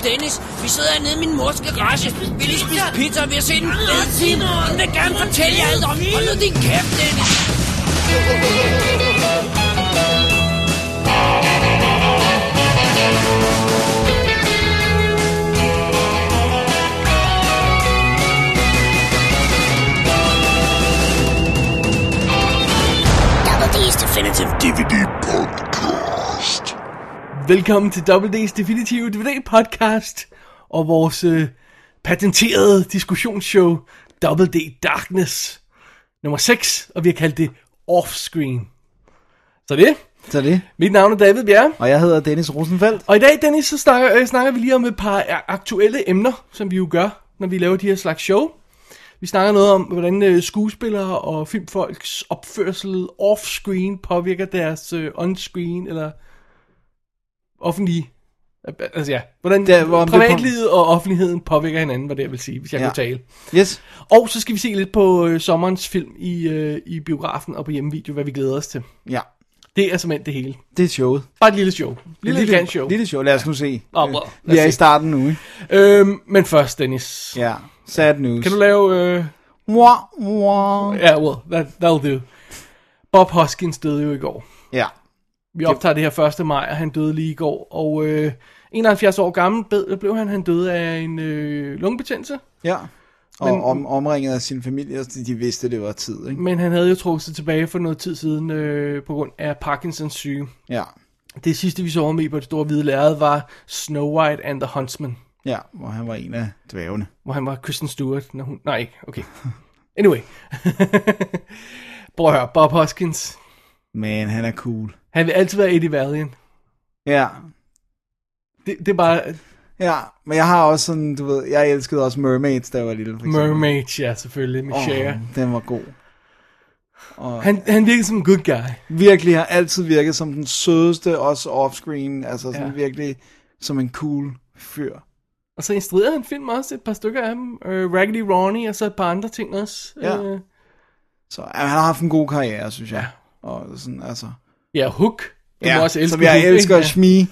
Dennis. Vi sidder hernede i min mors garage. Vi lige spise pizza, og vi har set en fed film. Hun vil gerne fortælle jer alt om. Hold nu din kæft, Dennis. D's Definitive DVD Podcast. Velkommen til D's Definitive DVD Podcast og vores patenterede diskussionsshow D Darkness nummer 6, og vi har kaldt det Offscreen. Så det. Mit navn er David Bjerre. Og jeg hedder Dennis Rosenfeldt. Og i dag, Dennis, så snakker vi lige om et par aktuelle emner, som vi jo gør, når vi laver de her slags show. Vi snakker noget om, hvordan skuespillere og filmfolks opførsel off-screen påvirker deres on-screen eller offentlige. Altså ja, hvordan privatlivet og offentligheden påvirker hinanden, hvad det jeg vil sige, hvis jeg kan tale. Yes. Og så skal vi se lidt på sommerens film i biografen og på hjemmevideo, hvad vi glæder os til. Ja. Det er simpelthen det hele. Det er showet. Bare et lille show. Lille show. Lille show, lad os nu se. Vi er i starten nu, ikke? Men først, Dennis. Ja, sad news. Kan du lave... Ja, that'll do. Bob Hoskins døde jo i går. Ja. Vi optager det her 1. maj, og han døde lige i går. Og 71 år gammel blev han. Han døde af en lungebetændelse. Ja. Og omringet af sin familie, så de vidste, det var tid, ikke? Men han havde jo trukket sig tilbage for noget tid siden på grund af Parkinsons syge. Ja. Det sidste, vi så ham i på det store hvide lærred, var Snow White and the Huntsman. Ja, hvor han var en af dværgene. Hvor han var Kristen Stewart. Nej, ikke. Okay. Anyway. Prøv at høre, Bob Hoskins. Man, han er cool. Han vil altid være Eddie Valiant. Ja. Det er bare... Ja, men jeg har også sådan, du ved, jeg elskede også Mermaids, da jeg var lille. Mermaids, ja, selvfølgelig, med Cher. Den var god. Og han virkede som en good guy. Virkelig har altid virket som den sødeste, også offscreen, altså sådan virkelig som en cool fyr. Og så instruerede han film også, et par stykker af dem. Raggedy Ronnie, og så et par andre ting også. Ja. Så han har haft en god karriere, synes jeg. Ja. Og sådan, altså. Ja, Hook. Ja, også som jeg elsker Shmi.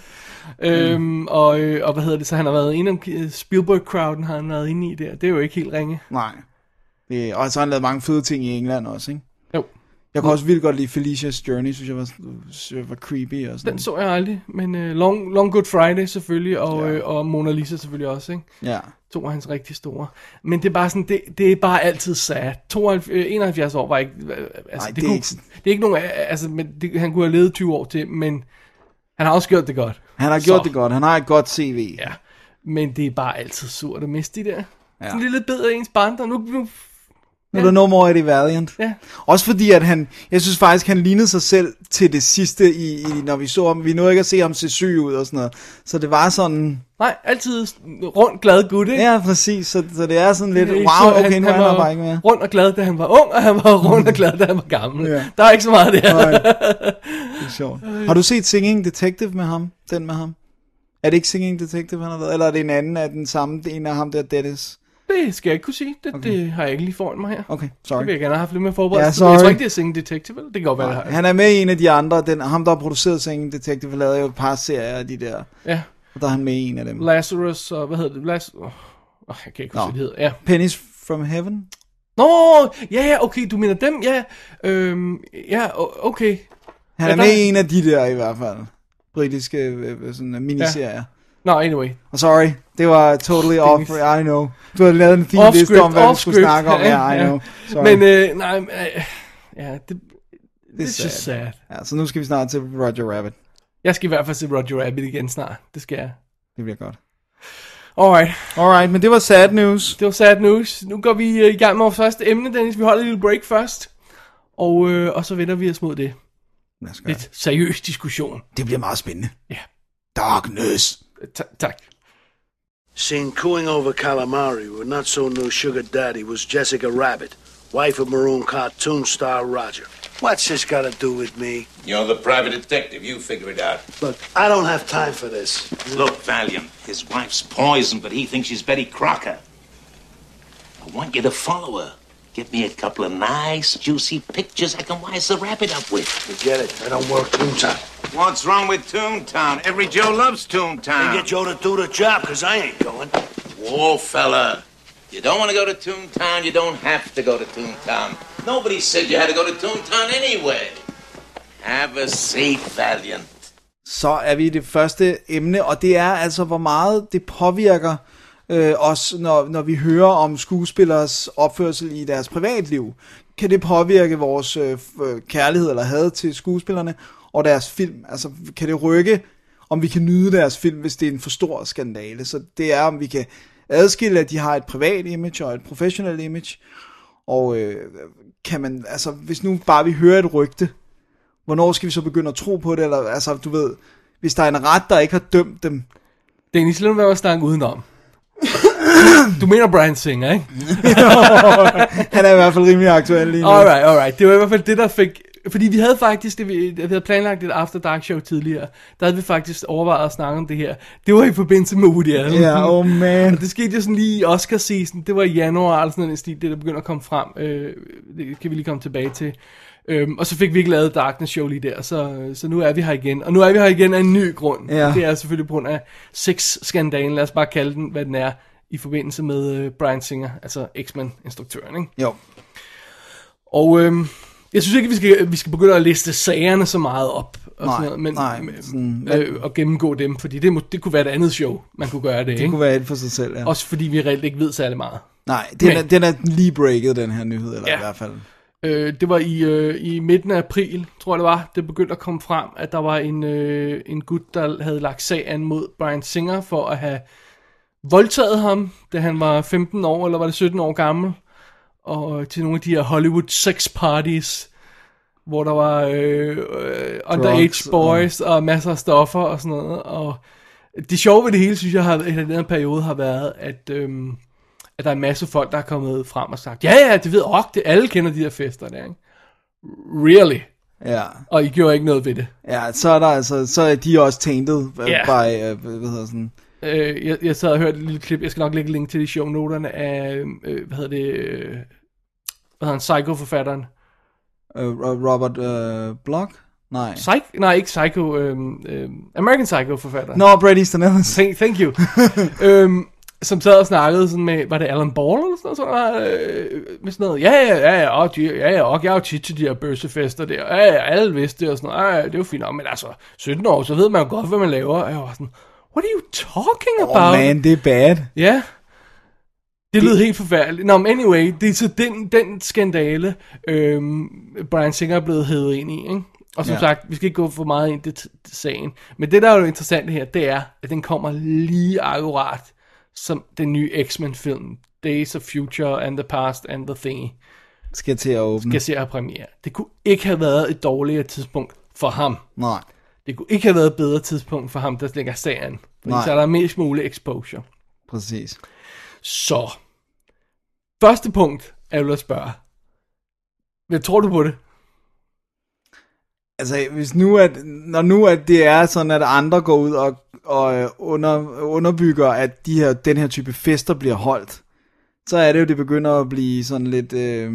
Og hvad hedder det, så han har været inde om Spielberg-crowden, har han været inde i der. Det er jo ikke helt ringe. Nej. Og så har han lavet mange fede ting i England også, ikke? Jo. Jeg kunne også vildt godt lide Felicia's Journey, synes jeg var creepy og sådan. Den så jeg aldrig, men Long Good Friday selvfølgelig, og Mona Lisa selvfølgelig også, ikke? Ja. To af hans rigtig store. Men det er bare sådan, det er bare altid sad. 71 år var ikke... Altså, nej, det er ikke nogen... Altså, han kunne have levet 20 år til, men han har også gjort det godt. Han har gjort det godt. Han har et godt CV. Ja. Men det er bare altid surt at miste de der. Ja. Sådan en lille bid af ens barndom. Nu er der no more Eddie Valiant. Ja. Også fordi, at jeg synes faktisk, han lignede sig selv til det sidste, når vi så ham. Vi nåede ikke at se ham se syg ud og sådan noget. Så det var sådan... Nej, altid rundt glad gut, ikke? Ja, præcis. Så det er sådan lidt, wow, okay, nu er han bare ikke mere. Rundt og glad, da han var ung, og han var rundt og glad, da han var gammel. Ja. Der er ikke så meget der. Nej, det er sjovt. Har du set Singing Detective med ham? Den med ham? Er det ikke Singing Detective, han har været? Eller er det en anden af den samme, en af ham der, Dennis? Det skal jeg ikke kunne sige. Det har jeg ikke lige foran mig her. Okay, sorry. Det vil jeg gerne have haft lidt mere forberedt. Ja, jeg tror ikke, det er Singing Detective, eller? Det kan godt være, det har. Han er med i en af de andre. Ham, der har produceret Singing Detective, lavede jo et par serier af de der. Ja. Og der er han med i en af dem. Lazarus, og hvad hedder det? Jeg kan ikke huske, hvad det hedder. Ja. Pennies from Heaven? Nå, ja, okay, du mener dem, ja. Ja, okay. Han er med i en af de der i hvert fald. Britiske sådan miniserier. Ja. No, anyway. Sorry, det var totally off, I know. Du har lavet en fin liste om, hvad vi skulle snakke om. Ja, I know. Sorry. Men, nej, ja, det er just sad. Ja, så nu skal vi snart til Roger Rabbit. Jeg skal i hvert fald se Roger Rabbit igen snart. Det skal jeg. Det bliver godt. Alright, men det var sad news. Nu går vi i gang med vores første emne, Dennis. Vi holder et lille break først. Og så vender vi os mod det. Lidt seriøs diskussion. Det bliver meget spændende. Ja. Darkness. Tak. Seen cooing over calamari with not so new sugar daddy was Jessica Rabbit, wife of maroon cartoon star Roger. What's this got to do with me? You're the private detective. You figure it out. Look, I don't have time for this. Look, Valiant, his wife's poisoned, but he thinks she's Betty Crocker. I want you to follow her. Get me a couple of nice, juicy pictures I can wise the rabbit up with. Forget it. I don't work noontime. What's wrong with Toontown? Every Joe loves Toontown. They get Joe to do the job, because I ain't going. Whoa, fella. You don't want to go to Toontown, you don't have to go to Toontown. Nobody said you had to go to Toontown anyway. Have a seat, Valiant. Så er vi i det første emne, og det er altså, hvor meget det påvirker os, når vi hører om skuespillers opførsel i deres privatliv. Kan det påvirke vores kærlighed eller had til skuespillerne og deres film? Altså, kan det rykke, om vi kan nyde deres film, hvis det er en for stor skandale? Så det er, om vi kan adskille, at de har et privat image og et professionelt image. Og kan man, altså, hvis nu bare vi hører et rygte, hvornår skal vi så begynde at tro på det? Eller, altså, du ved, hvis der er en ret, der ikke har dømt dem. Dennis, lad nu være at snakke udenom. Du mener Bryan Singer, ikke? Han er i hvert fald rimelig aktuel lige nu. Alright. Det var i hvert fald det, der fik... Fordi vi havde faktisk, vi havde planlagt et After Dark show tidligere, der havde vi faktisk overvejet at snakke om det her. Det var i forbindelse med Woody Allen. Ja, oh man. Og det skete jo sådan lige i Oscar-season, det var i januar, eller sådan en stil, det der begynder at komme frem. Det kan vi lige komme tilbage til. Og så fik vi ikke lavet Darkness show lige der, så nu er vi her igen. Og nu er vi her igen af en ny grund. Ja. Det er selvfølgelig på grund af sex-skandalen, lad os bare kalde den, hvad den er, i forbindelse med Bryan Singer, altså X-Men-instruktøren, ikke? Jo. Og jeg synes ikke, vi skal begynde at liste sagerne så meget op, og og gennemgå dem, fordi det kunne være et andet show, man kunne gøre det, ikke? Det kunne være et for sig selv, ja. Også fordi vi reelt ikke ved særlig meget. Nej, den er lige breaket, den her nyhed, eller i hvert fald. Det var i midten af april, tror jeg det var, det begyndte at komme frem, at der var en gut, der havde lagt sag an mod Bryan Singer for at have voldtaget ham, da han var 15 år, eller var det 17 år gammel, og til nogle af de her Hollywood sex parties, hvor der var underage boys og masser af stoffer og sådan noget. Og det sjove ved det hele, synes jeg, i den her periode har været, at der er en masse folk, der er kommet frem og sagt, ja, det ved det alle kender de der fester der, ikke? Really? Ja. Og I gjorde ikke noget ved det. Ja, så er der altså, så er de også tainted by, hvad hedder sådan... Jeg sad og hørte et lille klip, jeg skal nok lægge link til de shownoterne af, hvad hedder han, Psycho-forfatteren? Robert Bloch? Nej. Nej, ikke Psycho, American Psycho-forfatteren. No, Bret Easton Ellis. Thank you. Som sad og snakkede sådan med, var det Alan Ball eller sådan noget? Med sådan noget, og jeg er jo tit til de her bøssefester der, alle vidste det og sådan noget, det er jo fint nok, men altså, 17 år, så ved man jo godt, hvad man laver, og jeg var sådan, what are you talking about? Man, det er bad. Ja. Det lød helt forfærdeligt. Nå, men anyway, det er så den skandale, Bryan Singer er blevet hævet ind i, ikke? Og som sagt, vi skal ikke gå for meget ind i sagen. Men det, der er jo interessant her, det er, at den kommer lige akkurat som den nye X-Men-film. Days of Future and the Past and the Thingy. Skal til at åbne. Skal se at premiere. Det kunne ikke have været et dårligere tidspunkt for ham. Nej. Det kunne ikke have været et bedre tidspunkt for ham, der lægger sagen. Fordi så er der mest mulig exposure. Præcis. Så. Første punkt er jo at spørge. Hvad tror du på det? Altså, når nu at det er sådan, at andre går ud og underbygger, at den her type fester bliver holdt, så er det jo, det begynder at blive sådan lidt...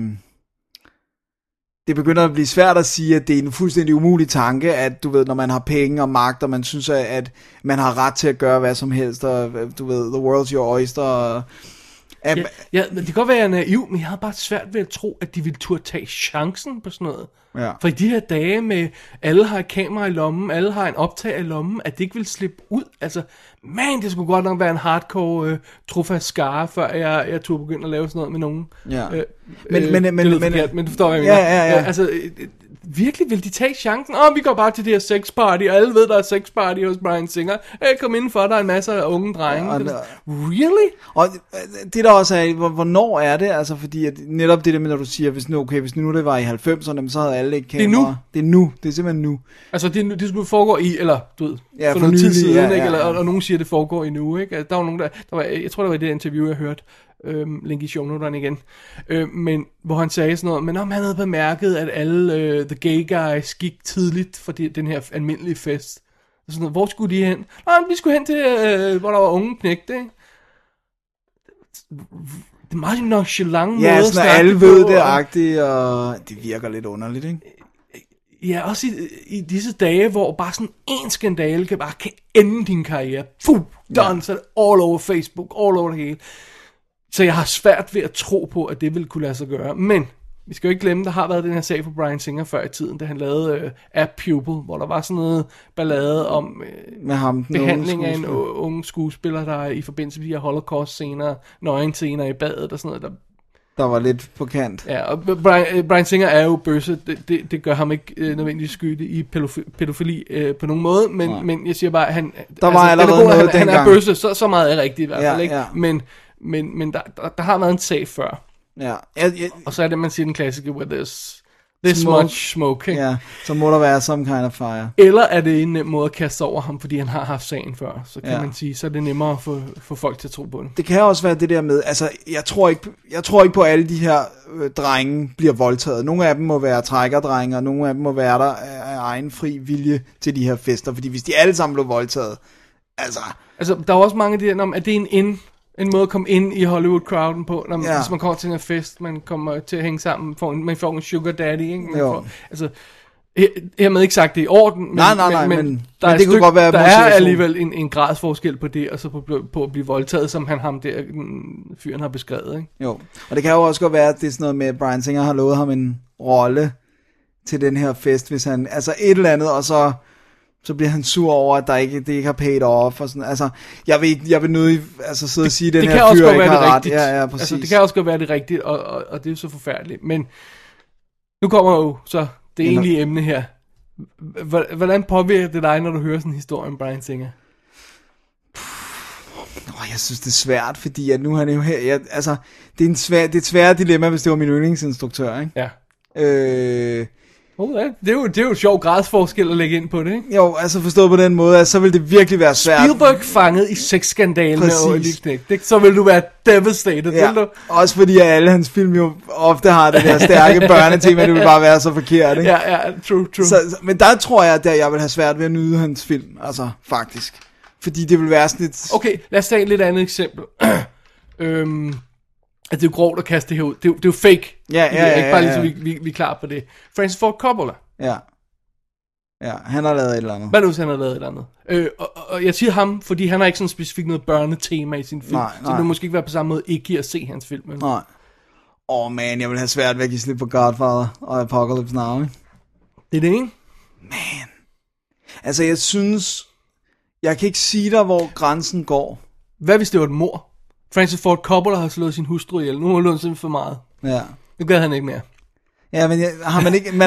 det begynder at blive svært at sige, at det er en fuldstændig umulig tanke, at du ved, når man har penge og magt, og man synes, at man har ret til at gøre hvad som helst, og du ved, the world's your oyster, og... Ja, men det kan godt være, at jeg er naiv, men jeg havde bare svært ved at tro, at de ville turde tage chancen på sådan noget. Ja. For i de her dage med, alle har et kamera i lommen, alle har en optag i lommen, at det ikke vil slippe ud. Altså, det skulle godt nok være en hardcore trofast skare, før jeg turde begynde at lave sådan noget med nogen. Ja. Men du forstår, hvad jeg mener. Ja. Altså, virkelig vil de tage chancen? Vi går bare til det her sexparty, og alle ved, der er sexparty hos Bryan Singer. Kom indenfor, der er en masse af unge drenge. Really? Og det der også er, hvornår er det? Altså, fordi at netop det der med, når du siger, hvis nu det var i 90'erne, så havde alle ikke kamera. Det er nu. Det er simpelthen nu. Altså, det skulle foregå i, eller du ved, for noget tid siden, ikke? Eller, og nogen siger, det foregår i nu, ikke? Der var nogen, der var, jeg tror, det var i det interview, jeg hørte, link i shownoterne igen, men hvor han sagde sådan noget, men om han havde bemærket, at alle the gay guys gik tidligt for den her almindelige fest. Sådan noget, hvor skulle de hen? Vi skulle hen til, hvor der var unge knægte, ikke? Det er meget nonchalant måde at snakke på. Ja, sådan alle ved det-agtigt, og det virker lidt underligt, ikke? Ja, også i disse dage, hvor bare sådan en skandale kan ende din karriere. Done, så er det all over Facebook, all over det hele. Så jeg har svært ved at tro på, at det ville kunne lade sig gøre. Men vi skal jo ikke glemme, der har været den her sag for Bryan Singer før i tiden, da han lavede App Pupil, hvor der var sådan noget ballade om med ham, behandling af en unge skuespiller, der i forbindelse med de her Holocaust-scener, nøgen-scener i badet og sådan noget, der var lidt på kant. Ja, og Bryan Singer er jo bøsse. Det gør ham ikke nødvendigvis skyldig i pædofili på nogen måde, men jeg siger bare, at han... Der var allerede noget han er bøsse, så meget er rigtigt i hvert fald, ikke? Ja. Men der har været en sag før. Ja. Og så er det, man siger den klassiske, where there's this much smoke, ikke? Ja, så må der være some kind of fire. Eller er det en nem måde at kaste over ham, fordi han har haft sagen før. Så kan man sige, så er det nemmere at få folk til at tro på det. Det kan også være det der med, altså jeg tror ikke på, at alle de her drenge bliver voldtaget. Nogle af dem må være trækkerdrenge, og nogle af dem må være der af egen fri vilje til de her fester. Fordi hvis de alle sammen blev voldtaget, altså der er også mange af de her, at det er en måde at komme ind i Hollywood-crowden på, hvis man kommer til en fest, man kommer til at hænge sammen, man får en sugar daddy, ikke? Hermed ikke sagt det i orden, men det kunne godt være, der er alligevel en gradsforskel på det, og så på at blive voldtaget, som ham der, fyren har beskrevet, ikke? Jo, og det kan jo også godt være, at det er sådan noget med, at Bryan Singer har lovet ham en rolle til den her fest, hvis han, altså et eller andet, og så bliver han sur over, at det ikke har paid off, og sådan, altså, jeg vil nødig sidde og sige, at den her fyr ikke har ret. Ja, præcis. Altså, det kan også godt være det rigtigt, og det er jo så forfærdeligt, men nu kommer jo så det egentlige emne her. Hvordan påvirker det dig, når du hører sådan en historie om Bryan Singer? Jeg synes, det er svært, fordi at nu han er jo her, det er et svært dilemma, hvis det var min yndlingsinstruktør, ikke? Ja. Det er jo et sjov gradsforskel at lægge ind på det, ikke? Jo, altså forstået på den måde, at så vil det virkelig være svært. Spielberg fanget i sexskandalen med Olive, så vil du være devastated, ja. Vil du? Også fordi alle hans film jo ofte har det der stærke børnetema, det vil bare være så forkert, ikke? Ja, true. Men der tror jeg, at jeg vil have svært ved at nyde hans film, altså faktisk. Fordi det vil være sådan lidt... Okay, lad os tage et lidt andet eksempel. At det er jo grovt at kaste det her ud. Det er jo fake. Ja. Ikke bare lige så vi er klar på det. Francis Ford Coppola. Ja, han har lavet et eller andet. Hvad nu, han har lavet et eller andet? Og jeg siger ham, fordi han har ikke sådan specifikt noget børnetema i sin film. Nej. Så det vil måske ikke være på samme måde ikke at se hans film. Men... Nej. Man, jeg vil have svært ved at give slip på Godfather og Apocalypse Now, ikke? Det er det, ikke? Man. Altså, jeg synes... Jeg kan ikke sige dig, hvor grænsen går. Hvad hvis det var et mord? Francis Ford Coppola har slået sin hustru ihjel. Nu har hun lånt simpelthen for meget. Ja. Nu gør han ikke mere. Ja, men har man ikke...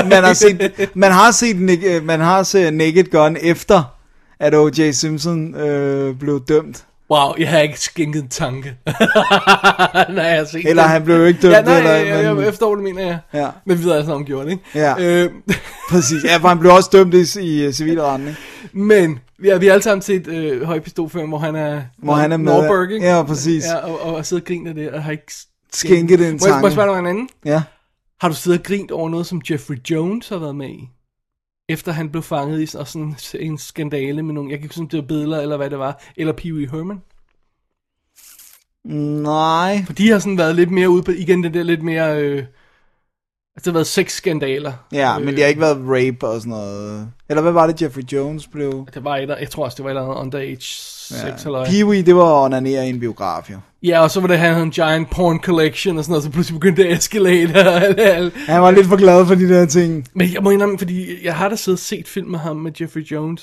Man har set Naked Gun efter, at O.J. Simpson blev dømt. Wow, jeg har ikke skænket en tanke. Nej, jeg har set eller han blev ikke dømt. Ja, jeg forstår det, mener jeg. Ja. Men vi ved altså, om gjorde det, ikke? Ja, præcis. Ja, for han blev også dømt i civilretten, ikke? Men vi har alle sammen set Høj Pistolfilm, hvor han er med. Norberg, ikke? Ja, præcis. Ja, og sidder og griner det, og har ikke skænket en tanke. Må jeg spørge dig en anden? Ja. Har du siddet og grint over noget, som Jeffrey Jones har været med i? Efter han blev fanget i sådan en skandale med nogle, jeg kan ikke huske, det var billeder, eller hvad det var, eller Pee Wee Herman? Nej. For de har sådan været lidt mere ude på, igen den der lidt mere, altså det har været sexskandaler. Ja, men det har ikke været rape og sådan noget. Eller hvad var det, Jeffrey Jones blev? Det var jeg tror også, det var et eller andet underage sex, eller Pee Wee, det var onanere i en biograf, jo. Ja, og så var det, han havde en giant porn collection og sådan noget, så pludselig begyndte det at escalate. Han var lidt for glad for de der ting. Men jeg må indrømme, fordi jeg har da siddet og set film med ham, med Jeffrey Jones.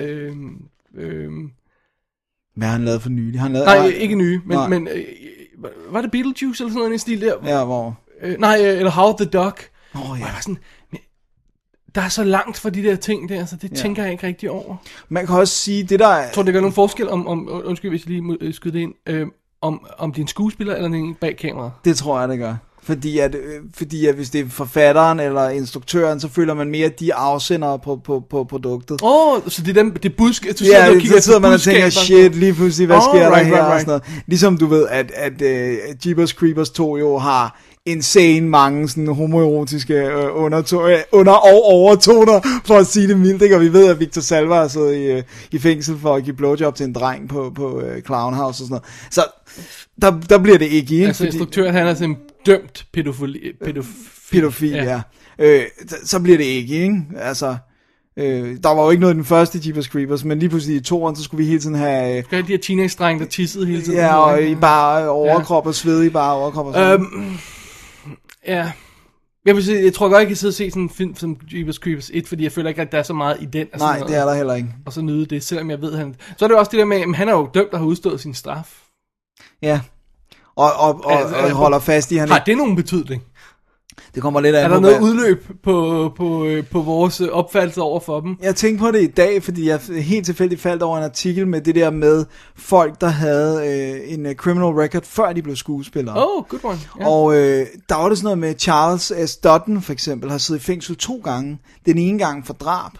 Hvad har han lavet for nylig? Nej, ikke nye, men var det Beetlejuice eller sådan noget i stil der? Ja, hvor? Eller Howard the Duck. Ja. Og jeg var sådan, der er så langt fra de der ting der, så det tænker jeg ikke rigtig over. Man kan også sige, det der er... Jeg tror, det gør nogen forskel undskyld, hvis jeg lige må skyde det ind, om din skuespiller eller din bag kameraet. Det tror jeg, det gør. Fordi at hvis det er forfatteren eller instruktøren, så føler man mere, at de afsender på produktet. Så det er det budskab, du sidder man og tænker, shit, lige pludselig, hvad sker der her? Og sådan noget. Ligesom du ved, at Jeepers Creepers 2 jo har insane mange sådan homoerotiske overtoner, for at sige det mildt, ikke? Og vi ved, at Victor Salva har siddet i fængsel for at give blowjob til en dreng på Clown House og sådan noget. Så der bliver det ikke. Altså instruktøren, han er sådan dømt pædofil, ja. Så bliver det ikke? Altså... der var jo ikke noget i den første Jeepers Creepers, men lige pludselig i toeren, så skulle vi hele tiden have... Skal have de her teenage-drenge, der tissede hele tiden. Ja, og i bare overkrop og sved i bare overkrop og sådan. Ja. Jeg tror godt, jeg kan sidde og se sådan en film som Jeepers Creepers 1, fordi jeg føler ikke, at der er så meget i den. Nej, det er der heller ikke. Og så nyde det, selvom jeg ved, han... Så er det jo også det der med, at han er jo dømt og har udstået sin straf. Ja. Og holder fast i... Har det nogen betydning? Det kommer lidt af. Er der noget udløb på vores opfattelse over for dem? Jeg tænkte på det i dag, fordi jeg helt tilfældigt faldt over en artikel med det der med folk, der havde en criminal record, før de blev skuespillere. Oh, good one. Yeah. Og der var det sådan noget med Charles S. Dutton, for eksempel, har siddet i fængsel 2 gange. Den ene gang for drab.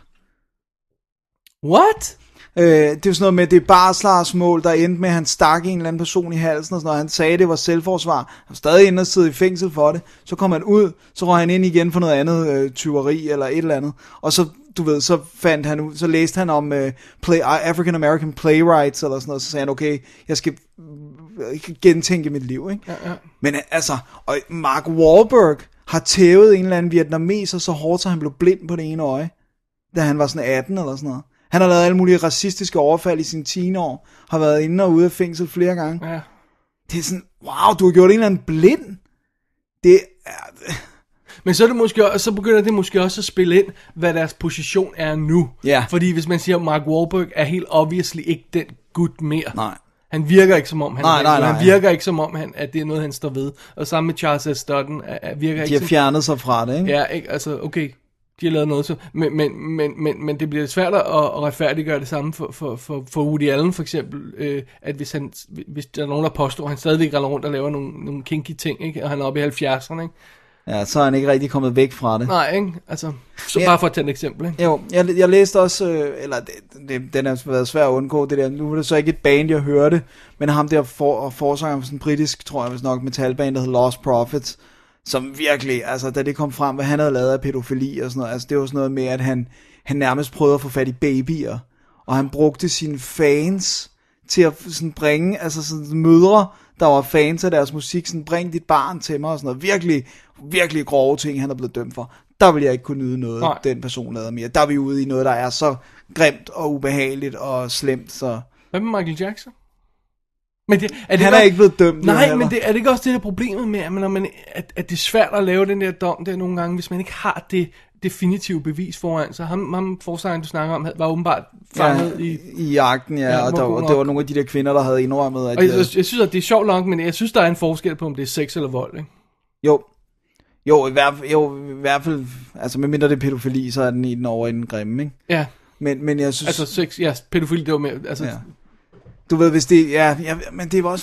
What? Det er jo sådan noget med, det er barslagsmål, der endte med, at han stak en eller anden person i halsen, og sådan noget. Han sagde, det var selvforsvar. Han var stadig inde og sidde i fængsel for det. Så kom han ud, så røg han ind igen for noget andet tyveri eller et eller andet. Og så, du ved, så læste han om African American playwrights eller sådan noget. Så sagde han, okay, jeg skal gentænke mit liv, ikke? Ja. Men altså, og Mark Wahlberg har tævet en eller anden vietnameser så hårdt, så han blev blind på det ene øje, da han var sådan 18 eller sådan noget. Han har lavet alle mulige racistiske overfald i sine teenår, har været inde og ude af fængsel flere gange. Ja. Det er sådan, wow, du har gjort en eller anden blind. Det er... Men så, er det måske, så begynder det måske også at spille ind, hvad deres position er nu. Ja. Fordi hvis man siger, at Mark Wahlberg er helt obviously ikke den gut mere. Nej. Han virker ikke som om, han nej. virker ikke som om, at det er noget, han står ved. Og sammen med Charles S. Dutton virker ikke. De har fjernet sig fra det, ikke? Ja, ikke? Altså, okay, de har lavet noget så. Men det bliver svært at retfærdiggøre det samme for Woody Allen for eksempel. At hvis der er nogen, der påstår, at han stadigvæk render rundt og laver nogle kinky ting, ikke? Og han er oppe i 70'erne, ikke? Ja, så er han ikke rigtig kommet væk fra det. Nej, ikke? Altså, så bare for at tage et eksempel, ikke? Jo, jeg læste også, den har været svær at undgå, det der. Nu er det så ikke et band, jeg hørte, men ham der forsanger for sådan en britisk, tror jeg, hvis nok metalband, der hedder Lost Prophets, som virkelig, altså da det kom frem, hvad han havde lavet af pædofili og sådan noget, altså det var sådan noget med, at han nærmest prøvede at få fat i babyer, og han brugte sine fans til at sådan bringe, altså sådan mødre, der var fans af deres musik, sådan bring dit barn til mig og sådan noget, virkelig, virkelig grove ting, han er blevet dømt for. Der vil jeg ikke kunne nyde noget, den person lavede mere. Der er vi ude i noget, der er så grimt og ubehageligt og slemt, så... Hvad med Michael Jackson? Men han er ikke blevet dømt. Nej, men er det ikke også det der problemet med, at det er svært at lave den der dom der nogle gange, hvis man ikke har det definitive bevis foran. Så ham forsangeren, du snakker om, var åbenbart fanget i akten, og det var nogle af de der kvinder, der havde indrømmet. At og jeg synes, at det er sjovt nok, men jeg synes, der er en forskel på, om det er sex eller vold, ikke? Jo, i hvert fald, altså medmindre det er pædofili, så er den over i den grimme, ikke? Ja. Men jeg synes... Altså sex, ja, pædofili, det var med, altså... Ja. Du ved, hvis det, men det var også,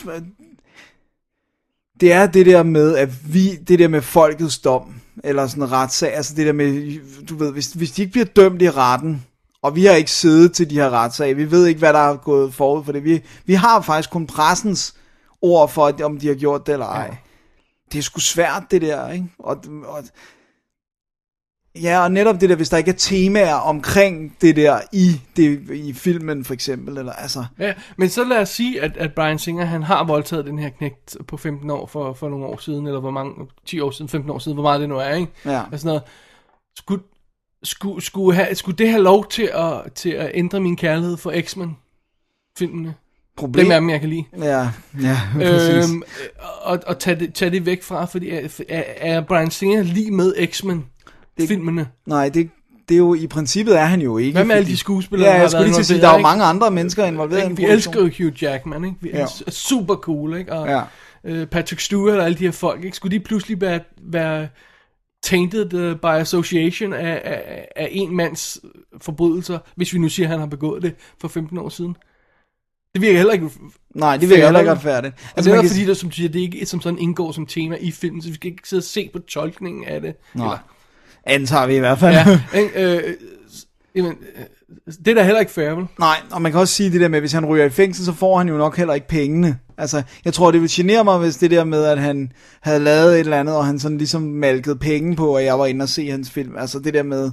det er det der med, at det der med folkets dom, eller sådan en retssag, altså det der med, du ved, hvis de ikke bliver dømt i retten, og vi har ikke siddet til de her retssager, vi ved ikke, hvad der er gået forud for det, vi har faktisk kun pressens ord for, om de har gjort det eller ej. Ja. Det er sgu svært, det der, ikke? Og netop det der, hvis der ikke er temaer omkring det der i filmen for eksempel, eller altså. Ja, men så lad os sige, at Bryan Singer, han har voldtaget den her knægt på 15 år for nogle år siden, eller hvor mange, 10 år siden, 15 år siden, hvor meget det nu er, ikke? Ja. Altså noget. Skulle det have lov til at ændre min kærlighed for X-Men-filmene? Dem af dem, jeg kan lide. Ja, præcis. Og tage det væk fra, fordi er Bryan Singer lige med X-Men? Filmene. Nej, det er jo, i princippet er han jo ikke. Hvad med alle de skuespillere? Ja, jeg skulle lige til at sige, der er jo mange andre mennesker involveret. Vi elsker jo Hugh Jackman, ikke? Vi er super cool, ikke? Og Patrick Stewart og alle de her folk, ikke? Skulle de pludselig være tainted by association af en mands forbrydelser, hvis vi nu siger, at han har begået det for 15 år siden? Det virker heller ikke. Nej, det virker heller ikke retfærdigt. Altså, det er fordi, som du siger, det ikke som sådan indgår som tema i filmen, så vi skal ikke sidde og se på tolkningen af det. Nej. Antager vi i hvert fald. Det er da heller ikke fair, vel? Nej, og man kan også sige det der med, hvis han ryger i fængsel, så får han jo nok heller ikke pengene Altså, jeg tror, det ville genere mig, hvis det der med, at han havde lavet et eller andet, og han sådan ligesom malkede penge på, at jeg var inde og se hans film. Altså, det der med...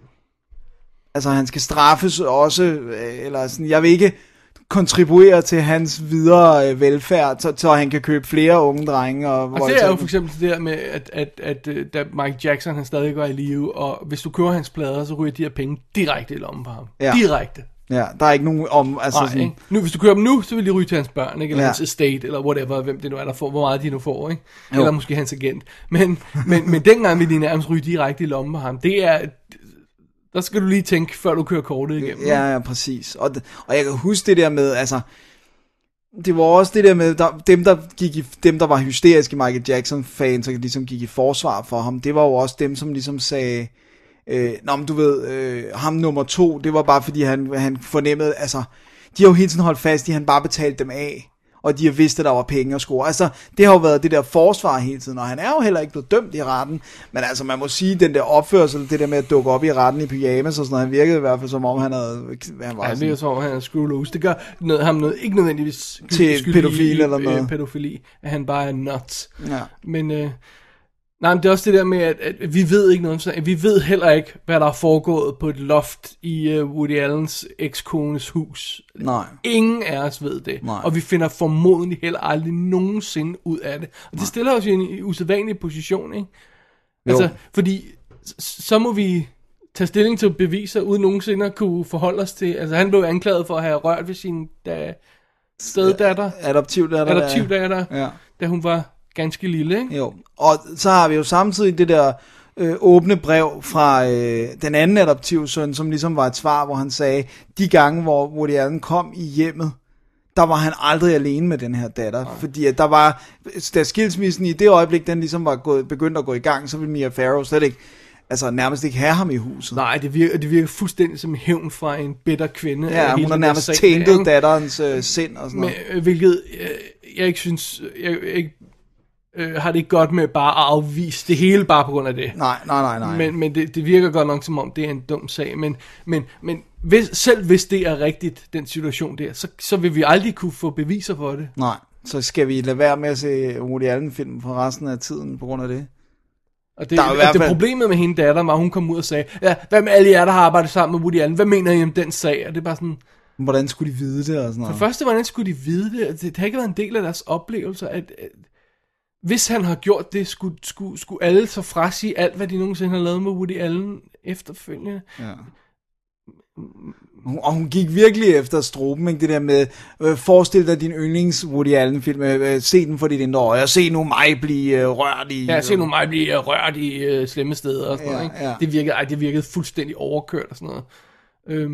Altså, han skal straffes også, eller sådan, jeg vil ikke kontribuere til hans videre velfærd, så han kan købe flere unge drenge. Og det er jo for eksempel det der med, at da Michael Jackson, han stadig var i live, og hvis du køber hans plader, så ryger de her penge direkte i lommen på ham. Ja. Direkte. Ja, der er ikke nogen om... Altså nej, sådan... nu, hvis du køber dem nu, så vil de ryge til hans børn, ikke? Eller hans estate, eller whatever, hvem det nu er, der får, hvor meget de nu får, ikke? Jo. Eller måske hans agent. Men dengang vil de nærmest ryge direkte i lommen på ham. Det er... Der skal du lige tænke, før du kører kortet igennem. Ja, præcis. Og jeg kan huske det der med, altså... Det var også det der med, dem der var hysteriske Michael Jackson-fans, og ligesom gik i forsvar for ham, det var jo også dem, som ligesom sagde... Nå, men du ved, ham nummer 2, det var bare fordi han fornemmede, altså, de har jo hele tiden holdt fast i, at han bare betalte dem af, og de har vidst, at der var penge at score. Altså, det har jo været det der forsvar hele tiden, og han er jo heller ikke blevet dømt i retten, men altså, man må sige, den der opførsel, det der med at dukke op i retten i pyjamas og sådan noget, han virkede i hvert fald som om, han havde... Han var det virker som om, han havde screw loose. Det gør ham ikke nødvendigvis til pædofil eller noget. Pædofili, at han bare er nuts. Ja. Men... Nej, men det er også det der med, at vi ved ikke noget om sådan. Vi ved heller ikke, hvad der er foregået på et loft i Woody Allens ekskones hus. Nej. Ingen af os ved det. Nej. Og vi finder formodentlig heller aldrig nogensinde ud af det. Og det stiller os i en usædvanlig position, ikke? Altså, fordi så må vi tage stilling til beviser, uden nogensinde at kunne forholde os til... Altså, han blev anklaget for at have rørt ved sin steddatter. Adoptivdatter. Ja. Da hun var... ganske lille, ikke? Jo, og så har vi jo samtidig det der åbne brev fra den anden adoptivsøn, som ligesom var et svar, hvor han sagde, de gange, hvor Woody Allen kom i hjemmet, der var han aldrig alene med den her datter, fordi at der var, da skilsmissen i det øjeblik, den ligesom var begyndt at gå i gang, så ville Mia Farrow slet ikke, altså nærmest ikke have ham i huset. Nej, det virker fuldstændig som hævn fra en bitter kvinde. Ja, hun har nærmest tændet datterens sind og sådan noget. Hvilket jeg ikke synes, jeg ikke har det ikke godt med bare at afvise det hele bare på grund af det. Nej. Men det virker godt nok som om, det er en dum sag. Men selv hvis det er rigtigt, den situation der, så vil vi aldrig kunne få beviser for det. Nej, så skal vi lade være med at se Woody Allen-film for resten af tiden på grund af det. Og det problemet med hende datter var, at hun kom ud og sagde, ja, hvad med alle jer, der har arbejdet sammen med Woody Allen? Hvad mener I om den sag? Og det er bare sådan... Hvordan skulle de vide det? Og sådan noget? For første, hvordan skulle de vide det? Det har ikke været en del af deres oplevelser, at hvis han har gjort det, skulle alle så frasige alt, hvad de nogensinde har lavet med Woody Allen efterfølgende. Ja. Og hun gik virkelig efter stroben, ikke? Det der med, forestil dig din yndlings Woody Allen film, se den for dit indre øje, og se nu mig blive rørt i... Ja, se nu mig blive rørt i slemme steder og sådan noget, ikke? Ja. Det virkede fuldstændig overkørt og sådan noget.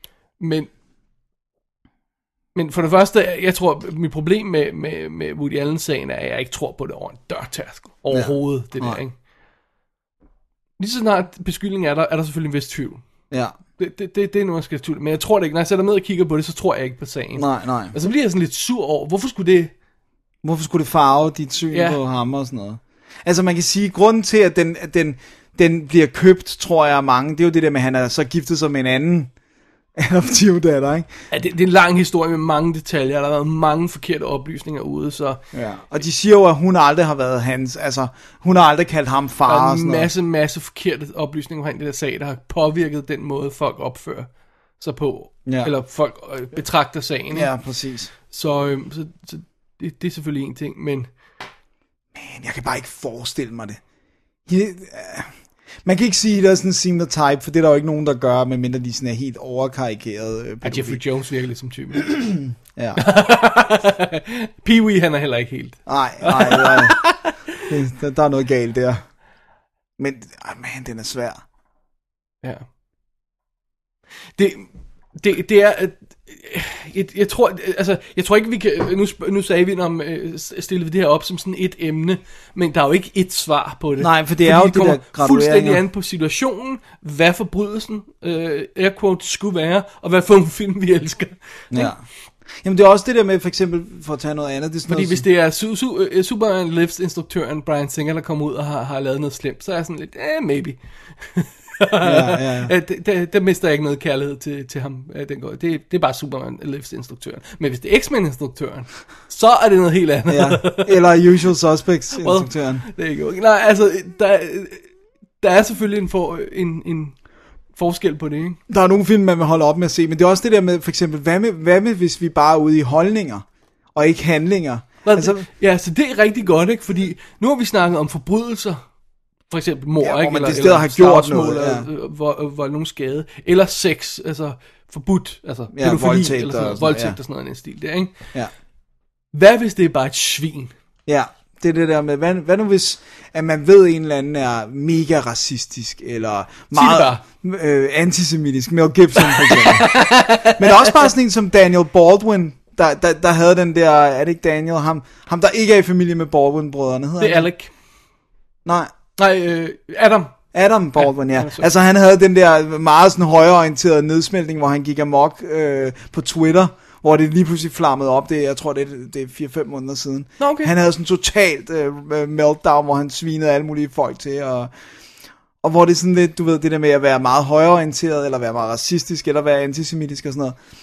Men for det første, jeg tror, mit problem med Woody Allen-sagen er, at jeg ikke tror på det over en dørtærskel overhovedet, det der, ikke? Lige så snart beskyldningen er der selvfølgelig en vis tvivl. Ja. Det er noget, man skal tvivl. Men jeg tror det ikke. Når jeg sætter ned og kigger på det, så tror jeg ikke på sagen. Nej. Og så bliver jeg sådan lidt sur over, hvorfor skulle det farve dit syn på ham og sådan noget? Altså man kan sige, grunden til, at den bliver købt, tror jeg, af mange, det er jo det der med, at han er så giftet sig med en anden adoptivdatter, ikke? Ja, det er en lang historie med mange detaljer. Der har været mange forkerte oplysninger ude, så... Ja, og de siger jo, at hun aldrig har været hans... Altså, hun har aldrig kaldt ham far og sådan noget. Der er en masse forkerte oplysninger omkring det der sag, der har påvirket den måde, folk opfører sig på. Ja. Eller folk betragter sagen. Ja, præcis. Så det er selvfølgelig en ting, men... jeg kan bare ikke forestille mig det. Man kan ikke sige, at der er sådan en similar type, for det er der jo ikke nogen, der gør, medmindre de sådan er helt overkarikeret. Jeffrey Jones virker lidt som typen. Ja. Pee-wee, han er heller ikke helt. Nej. Der er noget galt der. Men, den er svær. Ja. Det er... Jeg tror ikke vi kan. Nu sagde vi om stille vi det her op som sådan et emne, men der er jo ikke et svar på det. Nej, for det er jo det der gradueringer. Fuldstændig an på situationen, hvad forbrydelsen air quote skulle være, og hvad for en film vi elsker. Ja. Jamen det er også det der med, for eksempel, for at tage noget andet. Det er fordi hvis det er Superman Lives instruktøren Bryan Singer, der kommer ud og har lavet noget slemt, så er jeg sådan lidt, maybe. Der mister jeg ikke noget kærlighed til ham. Det er bare Superman Lives-instruktøren. Men hvis det er X-Men-instruktøren, så er det noget helt andet. Eller Usual Suspects-instruktøren. Det er ikke okay. Nej, altså, der er selvfølgelig en forskel på det, ikke? Der er nogle film, man vil holde op med at se, men det er også det der med, for eksempel, hvad med hvis vi bare er ude i holdninger, og ikke handlinger? Altså, ja, så det er rigtig godt, ikke? Fordi nu har vi snakket om forbrydelser, for eksempel mord, ikke? Eller har gjort noget, hvor nogen skade, eller sex, altså forbudt, altså voldtægt, eller sådan, voldtægt og sådan noget i den stil der, ikke? Ja. Hvad hvis det er bare et svin? Ja, det er det der med, hvad nu hvis at man ved, en eller anden er mega racistisk, eller meget antisemitisk, Mel Gibson for eksempel. Men også bare sådan en som Daniel Baldwin, der havde den der, er det ikke Daniel, ham der ikke er i familie med Baldwin-brødrene, hedder det er han? Alec. Nej, Adam Baldwin, ja. Altså han havde den der meget sådan højreorienterede nedsmeltning, hvor han gik amok på Twitter, hvor det lige pludselig flammede op. Jeg tror, det er 4-5 måneder siden. Okay. Han havde sådan totalt meltdown, hvor han svinede alle mulige folk til, og hvor det er sådan lidt, du ved, det der med at være meget højreorienteret, eller være meget racistisk, eller være antisemitisk og sådan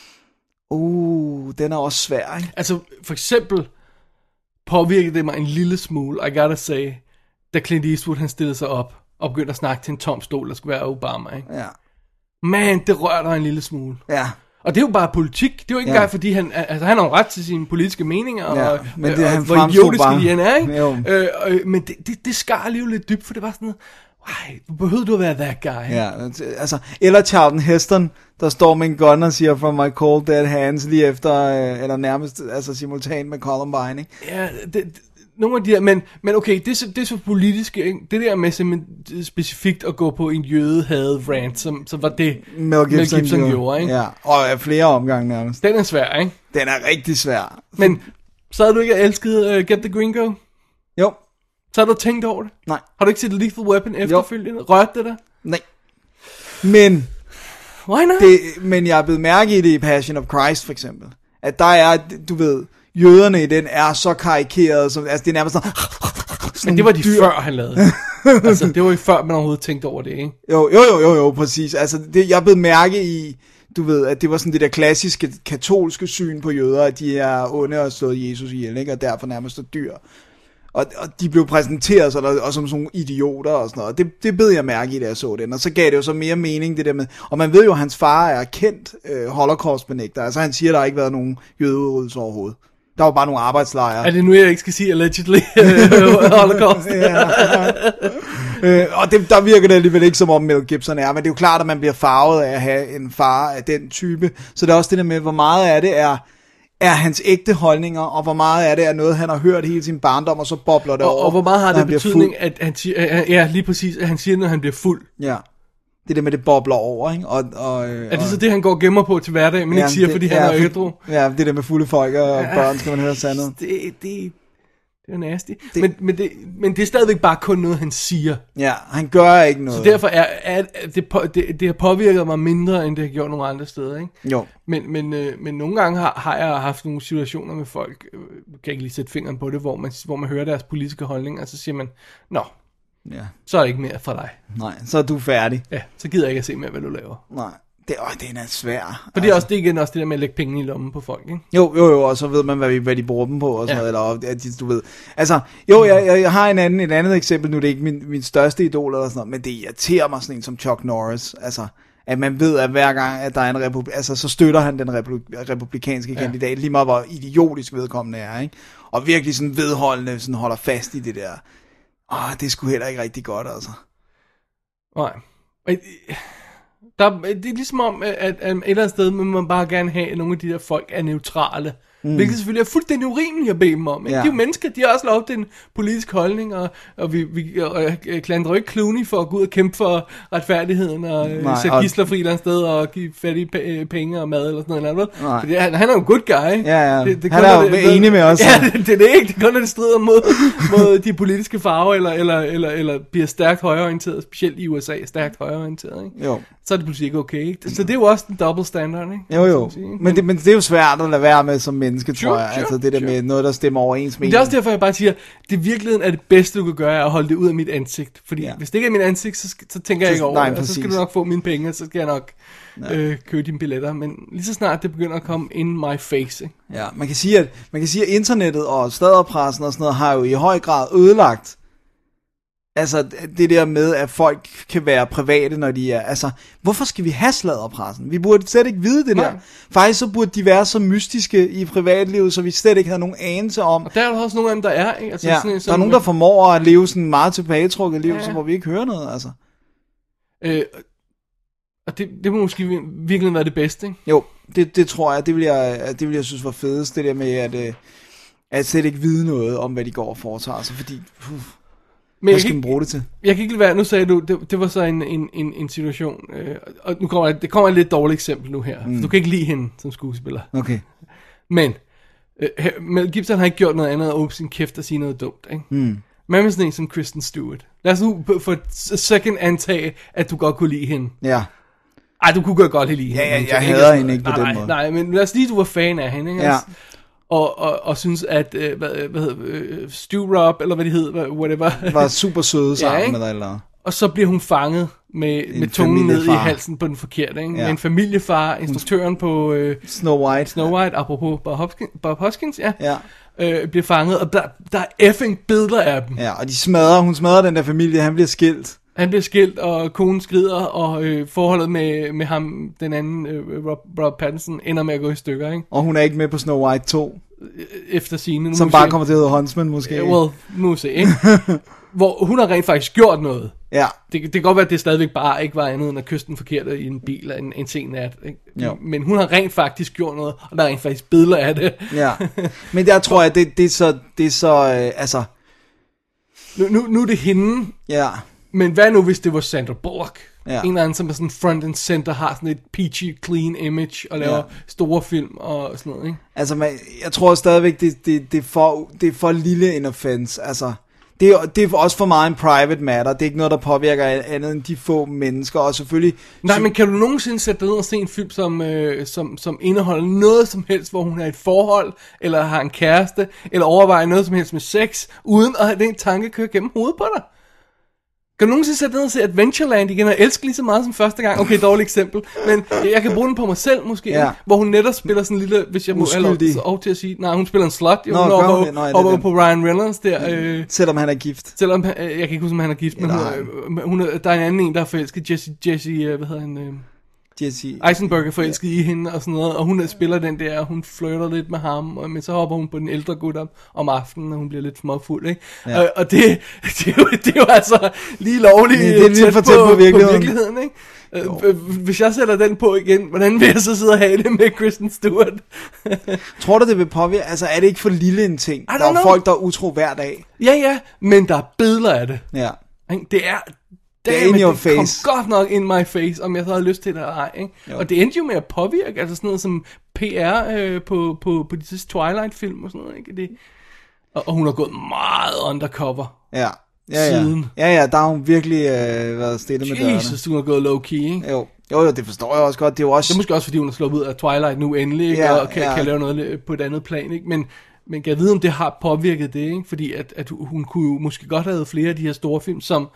noget. Den er også svær, ikke? Altså, for eksempel påvirkede det mig en lille smule, I gotta say, da Clint Eastwood han stillede sig op og begyndte at snakke til en tom stol, der skulle være Obama, ikke? Ja. Man, det rørte en lille smule. Ja. Og det er jo bare politik. Det er jo ikke engang, fordi han har jo ret til sine politiske meninger, og men det, han hvor idiotiske de end er, ikke? Men det skar alligevel lidt dybt, for det var sådan noget, behøvede du at være that guy? Ja, altså, eller Charlton Heston, der står med en gun og siger from my cold dead hands lige efter, eller nærmest, altså simultant med Columbine, ikke? Ja, nogle af de der, men okay, det er så politisk, ikke? Det der med simpelthen specifikt at gå på en jødehade rant, som var det Mel Gibson gjorde, ikke? Ja, og af flere omgange nærmest. Den er svær, ikke? Den er rigtig svær. Men så havde du ikke elsket Get the Gringo? Jo. Så har du tænkt over det? Nej. Har du ikke set Lethal Weapon efterfølgende? Rørte det der? Nej. Men why not? Men jeg er blevet mærke i det i Passion of Christ for eksempel, at der er, du ved, jøderne i den er så karikerede, som, altså det er nærmest sådan. Men det var de før han lavede. Altså det var jo før man overhovedet tænkte over det, ikke? Jo, præcis. Altså jeg er blevet mærke i, du ved, at det var sådan det der klassiske katolske syn på jøder, at de er onde og slået Jesus ihjel, ikke? Og derfor nærmest er dyr. Og de blev præsenteret sådan, og som sådan nogle idioter og sådan noget. Det bed jeg mærke i, da jeg så den. Og så gav det jo så mere mening, det der med. Og man ved jo, at hans far er kendt holocaust-benægter. Altså han siger, at der har ikke været nogen jødeudryddelse overhovedet. Der var bare nogle arbejdslejre. Er det nu, jeg ikke skal sige allegedly holocaust? Og der virker det alligevel ikke, som om Mel Gibson er. Men det er jo klart, at man bliver farvet af at have en far af den type. Så det er også det der med, hvor meget af det er hans ægte holdninger, og hvor meget af det er noget, han har hørt hele sin barndom, og så bobler det over. Og hvor meget har det betydning, at han siger, ja, lige præcis, at han siger, når han bliver fuld. Ja, det der med, det bobler over, ikke? Er det så det, han går og gemmer på til hverdag, men ikke siger, fordi han er ædru? Ja, det der med fulde folk og børn, skal man høre sandet. Det er nasty. Men det er stadigvæk bare kun noget, han siger. Ja, han gør ikke noget. Så derfor det har påvirket mig mindre, end det har gjort nogle andre steder, ikke? Jo. Men nogle gange har jeg haft nogle situationer med folk, kan ikke lige sætte fingeren på det, hvor man hører deres politiske holdning, og så siger man, så er det ikke mere fra dig. Nej, så er du færdig. Ja, så gider jeg ikke at se mere, hvad du laver. Nej. Den er svær. For det er også det igen, også det der med at lægge penge i lommen på folk, ikke? Jo, og så ved man, hvad de bruger dem på, og sådan noget, eller du ved. Altså, jeg har et andet eksempel, nu det er ikke min største idol, eller sådan noget, men det irriterer mig sådan en som Chuck Norris, altså, at man ved, at hver gang, at der er en altså, så støtter han den republikanske kandidat, lige meget hvor idiotisk vedkommende er, ikke? Og virkelig sådan vedholdende, sådan holder fast i det der. Det er sgu heller ikke rigtig godt, altså. Nej. Det er ligesom om, at et eller andet sted, man må bare gerne have, at nogle af de der folk er neutrale. Hvilket selvfølgelig er fuldstændig urimeligt at bede dem om. Ja. De er jo mennesker, de har også lov til en politisk holdning, og vi klandrer ikke Clooney for at gå ud og kæmpe for retfærdigheden, og sætte gidsler fri et eller andet sted, og give fattige penge og mad, eller sådan noget. Fordi han er jo en good guy. Ja. Han er jo enig med os. Ja, det er det ikke. Det er kun, at det strider mod de politiske farver, eller bliver stærkt højreorienteret, specielt i USA, stærkt højreorienteret. Ikke? Jo. Så er det pludselig ikke okay. Ikke? Så det er jo også en double standard, ikke? Jo. Men det er jo svært at lade være med som menneske menneske, tror jeg. Altså det der med noget, der stemmer overens med. Det er også derfor, jeg bare siger, det i virkeligheden er det bedste, du kan gøre, er at holde det ud af mit ansigt. Fordi hvis det ikke er mit ansigt, så tænker jeg ikke over det. Så skal du nok få mine penge, så skal jeg nok købe dine billetter. Men lige så snart det begynder at komme in my face. Ikke? Ja, man kan sige, at internettet og sladderpressen og sådan noget har jo i høj grad ødelagt. Altså det der med, at folk kan være private, når de er... Altså, hvorfor skal vi have sladderpressen? Vi burde slet ikke vide det der. Faktisk så burde de være så mystiske i privatlivet, så vi slet ikke havde nogen anelse om. Og der er der også nogle af dem, der er, ikke? Altså, sådan, der er nogen, der formår at leve sådan meget tilbagetrukket liv, så hvor vi ikke hører noget, altså. Og det må måske virkelig være det bedste, ikke? Jo, det tror jeg. Det vil jeg synes var fedest, det der med, at slet ikke vide noget om, hvad de går og foretager sig, fordi... Men hvad skal man bruge det til? Jeg kan ikke lade være, nu sagde du, det var så en situation, og nu kommer et lidt dårligt eksempel nu her. Du kan ikke lide hende som skuespiller. Okay. Men Mel Gibson har ikke gjort noget andet at åbne sin kæft og sige noget dumt, ikke? Men med sådan en som Kristen Stewart. Lad os nu for et second antage, at du godt kunne lide hende. Ja. Ej, du kunne godt lide hende. Ja, jeg hader hende ikke på den måde. Nej, men lad os lige, du var fan af hende, ikke? Ja. Og synes at hvad hedder Stu Rob eller hvad det hed, whatever, var super søde sammen med dig eller. Og så bliver hun fanget med tungen ned i halsen på den forkerte, ikke? Med en familiefar, instruktøren på Snow White, apropos Bob Hoskins, bliver fanget, og der er effing billeder af dem. Ja, og hun smadrer den der familie, han bliver skilt, og konen skrider, og forholdet med ham, den anden, Rob Pattinson, ender med at gå i stykker, ikke? Og hun er ikke med på Snow White 2. Efter scenen. Som bare kommer til at hedde Huntsman, måske. Well, nu se, ikke? Hvor hun har rent faktisk gjort noget. Ja. Det kan godt være, at det stadigvæk bare ikke var andet end at kysse den forkerte i en bil en sen nat. Ikke? Men hun har rent faktisk gjort noget, og der er rent faktisk billeder af det. Ja. Men der tror jeg, det er så altså... Nu er det hende. Ja. Men hvad nu, hvis det var Sandra Bullock? Ja. En eller anden, som er sådan front and center, har sådan et peachy, clean image, og laver store film og sådan noget, ikke? Altså, jeg tror stadigvæk, det er for lille en offense. Altså, det er også for meget en private matter. Det er ikke noget, der påvirker andet end de få mennesker, og selvfølgelig... Nej, men kan du nogensinde sætte dig ned og se en film, som indeholder noget som helst, hvor hun har et forhold, eller har en kæreste, eller overvejer noget som helst med sex, uden at have den tanke køre gennem hovedet på dig? Kan du nogensinde sætte ned og se Adventureland igen og elske lige så meget som første gang? Okay, dårligt eksempel. Men jeg kan bruge den på mig selv måske, hvor hun netop spiller sådan en lille, hvis jeg må have til at sige, nej, hun spiller en slut. Hun er på Ryan Reynolds der. Selvom han er gift. Selvom, jeg kan ikke huske, om han er gift, men der er en anden, der er forelsket, Jesse, hvad hedder han? Jesse Eisenberg er forelsket i hende og sådan noget, og hun spiller den der, hun flirter lidt med ham, men så hopper hun på den ældre gut om aftenen, og hun bliver lidt småfuld, ikke? Ja. Og det er jo altså lige lovligt tæt på virkeligheden, ikke? Hvis jeg sætter den på igen, hvordan vil jeg så sidde og have det med Kristen Stewart? Tror du, det vil påvirke? Altså, er det ikke for lille en ting? Der er folk, der er utro hver dag. Ja, men der er billeder af det. Ja. Det er... Det er in your face. Kom godt nok in my face, om jeg så havde lyst til det eller ej, ikke? Og det endte jo med at påvirke, altså sådan noget som PR på de sidste Twilight-film og sådan noget, ikke? Og hun har gået meget undercover. Ja. Siden. Ja, der har hun virkelig været stille med dørene. Jesus, hun har gået low-key, ikke? Jo, det forstår jeg også godt. Det er måske også, fordi hun har sluppet ud af Twilight nu endelig, ikke? Og kan lave noget på et andet plan, ikke? Men kan jeg vide, om det har påvirket det, ikke? Fordi at hun kunne måske godt have flere af de her store film, som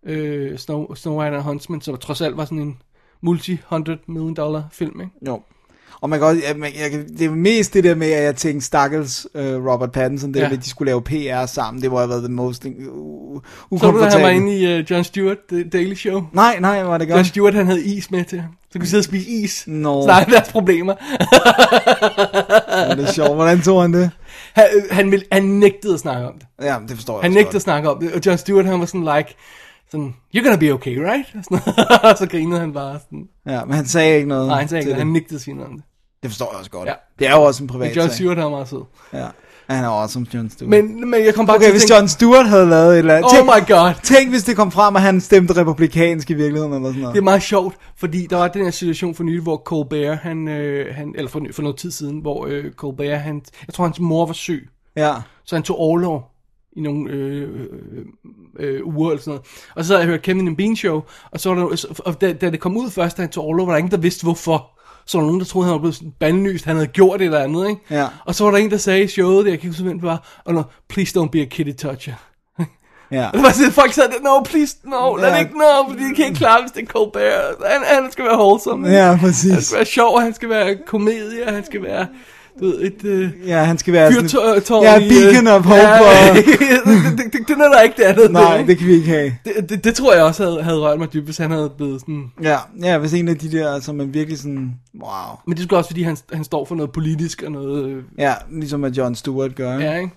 Snow White and Huntsman, som trods alt var sådan en multi-$100 million film, ikke? Jo. Og man kan også, det er mest det der med, at jeg tænkte, stakkels Robert Pattinson, det med, at de skulle lave PR sammen, det var været the most ukomfortabelt. Så du, han var inde i Jon Stewart, The Daily Show? Nej, var det godt. Jon Stewart, han havde is med til ham. Så kunne sidde og spise is. No. Snakke deres problemer. Det er sjovt. Hvordan tog han det? Han nægtede at snakke om det. Ja, det forstår jeg. Han nægtede at snakke om det, og Jon Stewart, han var sådan sådan, you're gonna be okay, right? Og så grinede han bare sådan. Ja, men han sagde ikke noget. Nej, han sagde ikke noget. Han nægtede at sige noget om det. Det forstår jeg også godt. Ja. Det er jo også en privat sag. Jon Stewart er meget sød. Ja. Han er også som Jon Stewart. Men jeg kom bare til at hvis Jon Stewart havde lavet et eller andet. Oh my god. Tænk, hvis det kom frem, at han stemte republikansk i virkeligheden eller sådan noget. Det er meget sjovt, fordi der var den her situation for nylig, hvor Colbert, han eller for noget tid siden, hvor Colbert, jeg tror hans mor var syg. Ja. Så han tog orlov i nogle uger eller sådan noget. Og så havde jeg hørt Kevin and Bean Show, og så var der, og da det kom ud først, da han tog orlov, var der ingen, der vidste hvorfor. Så var der nogen, der troede, han var blevet bandlyst, han havde gjort et eller andet, ikke? Ja. Og så var der en, der sagde i showet, det jeg kan ikke huske, hvem det var, oh no, please don't be a kitty toucher. Ja. Og det var sådan, folk sagde, no, please, no, lad det ikke, no, fordi de kan ikke klare, hvis det er Colbert. Han skal være wholesome. Ja, præcis. Han skal være sjov, han skal være komedie, han skal være... Du ved, et ja, han skal være fyrtårn ja, beacon of hope. Ja, det er der ikke det andet. Nej, det kan vi ikke have. Det tror jeg også havde rørt mig dybt, hvis han havde blevet sådan... Ja, hvis en af de der, som man virkelig sådan, wow. Men det er sgu også, fordi han står for noget politisk og noget... Ja, ligesom at Jon Stewart gør. Ja, ikke?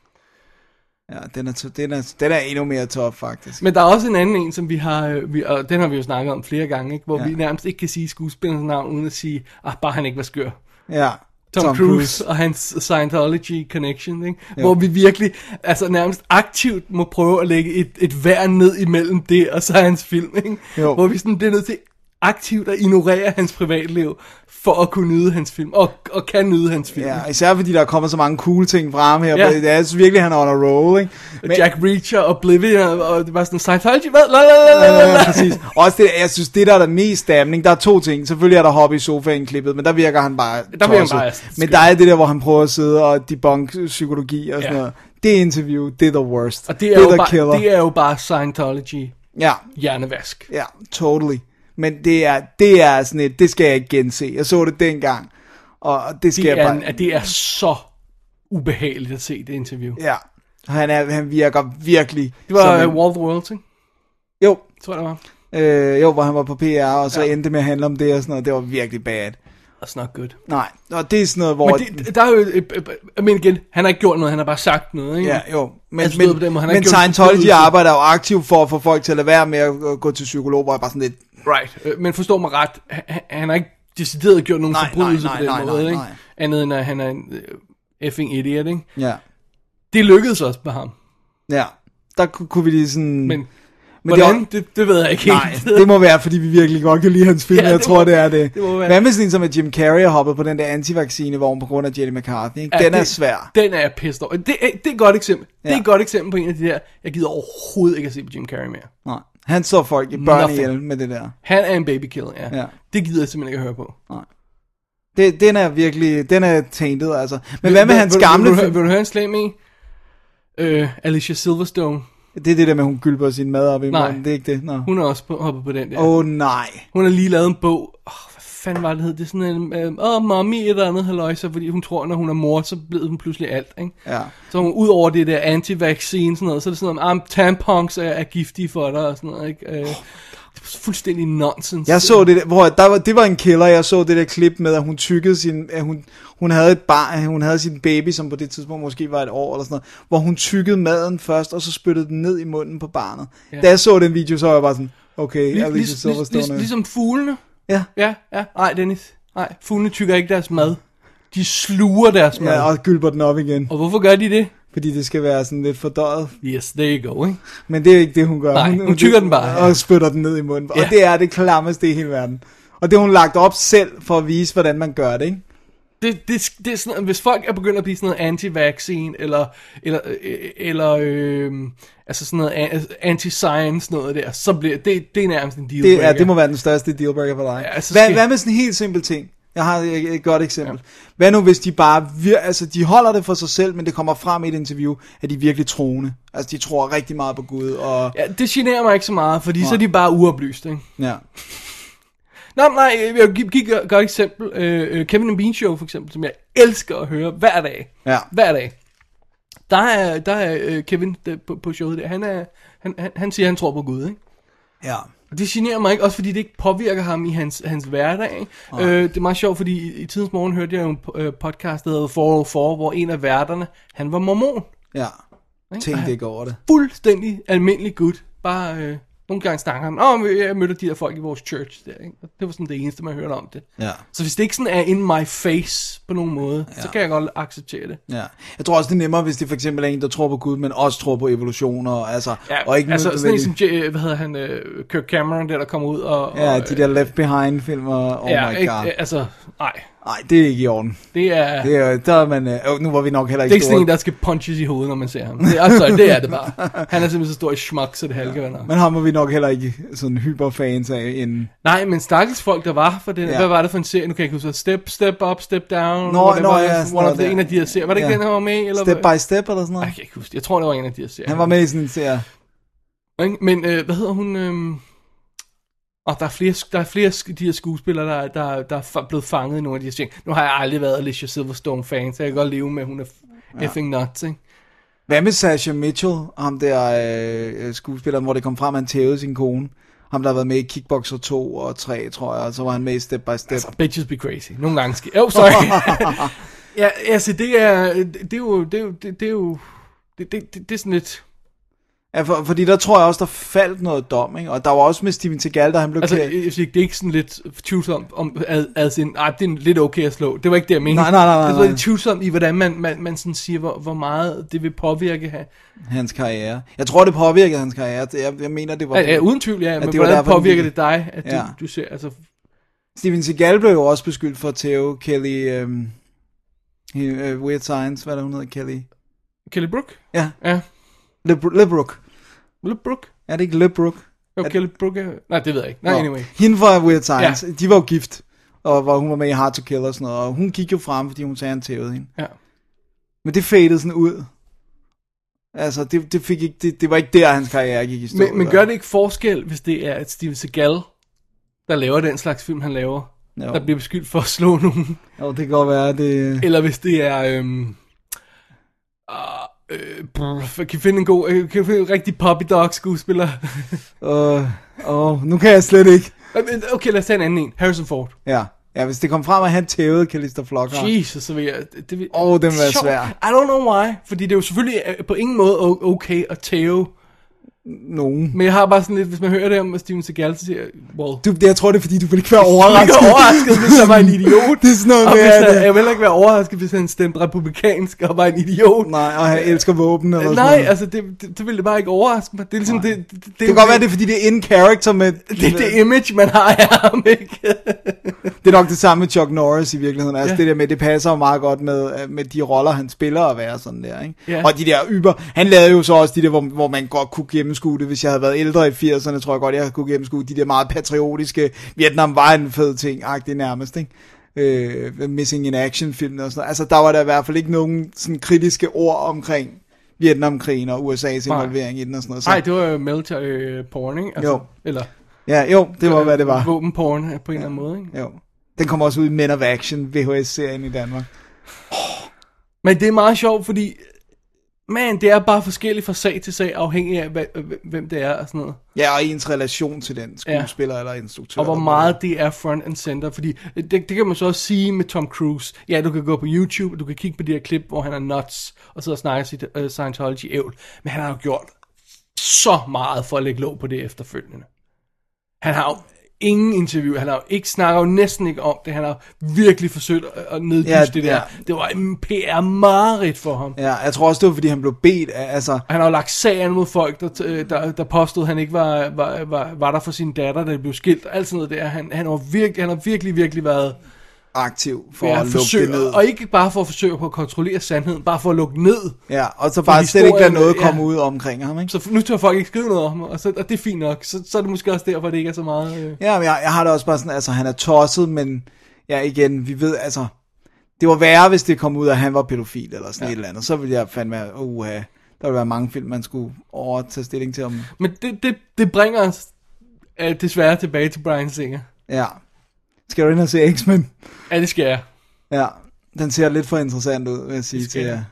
Ja, den er endnu mere top, faktisk. Men der er også en anden en, som vi har, og den har vi jo snakket om flere gange, ikke? Hvor vi nærmest ikke kan sige skuespillerens navn, uden at sige, bare han ikke var skør. Ja. Tom Cruise og hans Scientology connection, ikke? Hvor vi virkelig, altså nærmest aktivt må prøve at lægge et værn ned imellem det og så hans film, ikke? Jo. Hvor vi sådan bliver nødt til aktivt at ignorere hans privatliv for at kunne nyde hans film, og kan nyde hans film. Ja, især fordi der kommer så mange cool ting fra ham her, ja. Det er virkelig, han er on a roll, ikke? Men, Jack Reacher, Oblivion, og det var sådan Scientology, hvad? Ja, præcis. Også det, jeg synes, det der er der mest stemning, der er to ting. Selvfølgelig er der Hobby i sofaen klippet, men der virker han bare tosset. Men der er det der, hvor han prøver at sidde og debunk psykologi og sådan noget. Det interview, det er the worst. Og det er jo bare Scientology. Ja. Hjernevask. Ja, totally. Men det er sådan et, det skal jeg ikke gense. Jeg så det dengang, og det skal jeg bare... Det er så ubehageligt at se det interview. Ja, han virker virkelig... Det var Wall the World, ikke? Jo. Tror jeg, det var. Jo, hvor han var på PR, og så endte med at handle om det og sådan noget. Det var virkelig bad. That's not good. Nej, og det er sådan noget, hvor... Men der er jo... Jeg mener igen, han har ikke gjort noget, han har bare sagt noget, ikke? Ja, jo. Men men Scientology arbejder jo aktivt for at få folk til at lade være med at gå til psykolog, hvor jeg bare sådan lidt... Right, men forstå mig ret, han har ikke decideret gjort nogen forbrydelse på den måde, ikke? Andet end at han er en effing idiot, ikke? Ja. Det lykkedes også med ham. Ja, der kunne vi lige sådan... Men hvordan? Det ved jeg ikke helt. Nej, det må være, fordi vi virkelig godt kan lide hans film. Jeg tror, det er det. Hvad med sådan en som at Jim Carrey har hoppet på den der antivaccine-vogn på grund af Jenny McCarthy? Ikke? Den er svær. Den er jeg pissed over. Det er et godt eksempel. Det er et godt eksempel på en af de der, jeg gider overhovedet ikke at se på Jim Carrey mere. Nej. Han så folk i børn ihjel med det der. Han er en babykiller, ja. Det gider jeg simpelthen ikke at høre på. Nej. Den er virkelig, den er tainted, altså. Men hvad med hans gamle film? Vil du høre en slam i? Alicia Silverstone. Det er det der med, hun gylper sin mad op i munden. Det er ikke det? No. Hun er også hoppet på den der. Nej. Hun har lige lavet en bog. Hvad fanden var det hed? Det er sådan en, mommy et eller andet halløjse, fordi hun tror, når hun er mor, så bliver hun pludselig alt, ikke? Ja. Så hun, ud over det der anti-vaccine, sådan noget, så er det sådan noget, tampons er giftige for dig, og sådan noget, ikke? Det er fuldstændig nonsense. Jeg så det, det var en killer. Jeg så det der klip med, at hun tykkede sin, hun havde et barn, hun havde sin baby, som på det tidspunkt måske var et år eller sådan noget, hvor hun tykkede maden først, og så spyttede den ned i munden på barnet. Ja. Da jeg så den video, så var jeg bare sådan, okay, ligesom fuglene. Ja. Nej, Dennis. Nej, fuglene tykker ikke deres mad. De sluger deres mad. Ja, og gylper den op igen. Og hvorfor gør de det? Fordi det skal være sådan lidt fordøjet. Yes, there you go, ikke? Men det er ikke det, hun gør. Nej, hun tykker den bare. Og spytter den ned i munden. Ja. Og det er det klammeste i hele verden. Og det har hun lagt op selv, for at vise, hvordan man gør det, ikke? Det er sådan, hvis folk er begyndt at blive sådan noget anti-vaccine, eller altså sådan noget anti-science, noget der, så bliver det er nærmest en dealbreaker. Det må være den største dealbreaker for dig. Ja, altså hvad med sådan en helt simpel ting? Jeg har et godt eksempel. Ja. Hvad nu hvis de bare, de holder det for sig selv, men det kommer frem i et interview, at de virkelig troende. Altså de tror rigtig meget på Gud. Og... Ja, det generer mig ikke så meget, fordi så er de bare uoplyst, ikke? Ja. Nej, jeg vil give et godt eksempel. Kevin and Bean Show for eksempel, som jeg elsker at høre hver dag. Ja. Hver dag. Der er Kevin på showet der. Han siger, at han tror på Gud, ikke? Ja. Og det generer mig ikke, også fordi det ikke påvirker ham i hans hverdag. Det er meget sjovt, fordi i tidens morgen hørte jeg jo en podcast, der hedder 404, hvor en af værterne, han var mormon. Ja, tænk ikke over det. Fuldstændig almindelig gut. Bare nogle gange snakker han, jeg mødte de der folk i vores church der, ikke? Det var sådan det eneste, man hørte om det. Ja. Så hvis det ikke sådan er in my face på nogen måde, så kan jeg godt acceptere det. Ja. Jeg tror også, det er nemmere, hvis det for eksempel er en, der tror på Gud, men også tror på evolution, og altså... Og ikke altså sådan en som, hvad hedder han, Kirk Cameron, der kommer ud og... Ja, de der Left Behind-filmer, my god. Altså, nej. Nej, det er ikke i orden. Det er... Der er man... nu var vi nok heller ikke Det er ikke sådan en, der skal punches i hovedet, når man ser ham. Det er det bare. Han er simpelthen så stor i schmuck, så det halke venner. Men ham var vi nok heller ikke sådan hyperfans af en... Nej, men stakkels folk, der var for den. Hvad var det for en serie? Nu kan jeg ikke huske. Step Up, Step Down. Nå, ja. En af de her serier. Var det ikke den, han var med i? Eller? Step by Step eller sådan noget? Jeg kan ikke huske. Jeg tror, det var en af de her serier. Han var med i sådan en serie. Men hvad hedder hun? Der er flere af de her skuespillere, der er blevet fanget i nogle af de her ting. Nu har jeg aldrig været Alicia Silverstone-fan, så jeg kan godt leve med, at hun er effing nuts, ikke? Hvad med Sasha Mitchell, ham der skuespilleren, hvor det kom frem, at han tævede sin kone? Ham, der har været med i Kickboxer 2 og 3, tror jeg, og så var han med i Step by Step. Altså, bitches be crazy. Nogle gange skal... sorry. Ja, altså, det er sådan lidt... Ja, fordi der tror jeg også, der faldt noget dom, ikke? Og der var også med Steven Seagal, der han blev det er ikke sådan lidt tvivlsomt om det er lidt okay at slå. Det var ikke det, jeg mente. Nej. Det var lidt tvivlsomt i, hvordan man sådan siger, hvor meget det vil påvirke hans karriere. Jeg tror, det påvirkede hans karriere. Jeg mener, det var... Ja, uden tvivl, ja. Men hvordan påvirker det dig, at du ser... Altså... Steven Seagal blev jo også beskyldt for at tæve Kelly... Weird Science, hvad der hun hedder, Kelly Brook? Ja. LeBrook? Er det ikke LeBrook? Jo, Kelly Brook er... Nej, det ved jeg ikke. Nej, anyway. Hende fra Weird Science, de var jo gift, og hvor hun var med i Hard to Kill og sådan noget, og hun gik jo frem, fordi hun sagde, han tævede hende. Ja. Men det fadede sådan ud. Altså, det fik ikke, det var ikke der, hans karriere gik i stå. Men gør det ikke forskel, hvis det er et Steven Seagal, der laver den slags film, han laver, der bliver beskyldt for at slå nogen? Jo, det kan godt være, det... Eller hvis det er... kan finde en rigtig puppy dog skuespiller? Nu kan jeg slet ikke. Okay, lad os tage en anden en. Harrison Ford. Ja, hvis det kom frem, at han tævede Calista Flockhart. Jesus, så vil jeg... den vil være svær. I don't know why, fordi det er jo selvfølgelig på ingen måde okay at tæve nogen. Men jeg har bare sådan lidt, hvis man hører det om Steven Seagal, så siger jeg, well. Jeg tror det er fordi, du vil ikke være overrasket. Jeg er overrasket, hvis han var en idiot. Det er sådan noget med, jeg vil heller ikke være overrasket, hvis han stemte republikansk og var en idiot. Nej, og han elsker våben eller nej, sådan. Altså det ville det bare ikke overraske mig. Det er ligesom det kan godt være, det er fordi, det er in character med... Det image, man har af ham, ikke? Det er nok det samme med Chuck Norris i virkeligheden. Altså det der med, det passer jo meget godt med de roller, han spiller at være sådan der, ikke? Yeah. Og de der han lavede jo så også de der, hvor man godt kunne gennemskue det. Hvis jeg havde været ældre i 80'erne, tror jeg godt, jeg kunne gennemskue de der meget patriotiske, Vietnam var en fed ting-agtigt nærmest, ikke? Missing in Action film og sådan noget. Altså der var der i hvert fald ikke nogen sådan kritiske ord omkring Vietnamkrigen og USA's involvering i den og sådan noget. Nej, det var military porn, ikke? Altså, jo. Eller... Ja, jo, det var hvad det var. Våbenporn på en eller anden måde, ikke? Jo. Den kommer også ud i Men of Action, VHS-serien i Danmark. Men det er meget sjovt, fordi det er bare forskelligt fra sag til sag, afhængig af hvem det er og sådan noget. Ja, og ens relation til den skuespiller eller instruktør. Og hvor meget det er front and center, fordi det kan man så også sige med Tom Cruise. Ja, du kan gå på YouTube, og du kan kigge på de her klip, hvor han er nuts, og sidder og snakker sit Scientology-ævl. Men han har jo gjort så meget for at lægge låg på det efterfølgende. Han har jo ingen interview, han har jo ikke snakker jo næsten ikke om det, han har virkelig forsøgt at neddyste det der. Ja. Det var en PR-mareridt for ham. Ja, jeg tror også, det var, fordi han blev bedt af, altså... Han har jo lagt sagen mod folk, der påstod, at han ikke var der for sin datter, da det blev skilt, alt sådan noget der. Han har virkelig været aktiv for at lukke det ned. Og ikke bare for at forsøge på at kontrollere sandheden, bare for at lukke ned. Ja, og så bare slet ikke lade noget komme ud omkring ham, ikke? Så nu tør folk ikke skrive noget om ham, og det er fint nok. Så er det måske også derfor, det ikke er så meget... Ja, men jeg har det også bare sådan, altså han er tosset, men ja igen, vi ved, altså... Det var værre, hvis det kom ud, at han var pædofil eller sådan et eller andet. Så ville jeg fandme der ville være mange film, man skulle tage stilling til om... Men det bringer os desværre tilbage til Bryan Singer. Ja. Skal du ind og se X-Men? Ja, det skal jeg. Ja, den ser lidt for interessant ud, vil jeg sige til jer.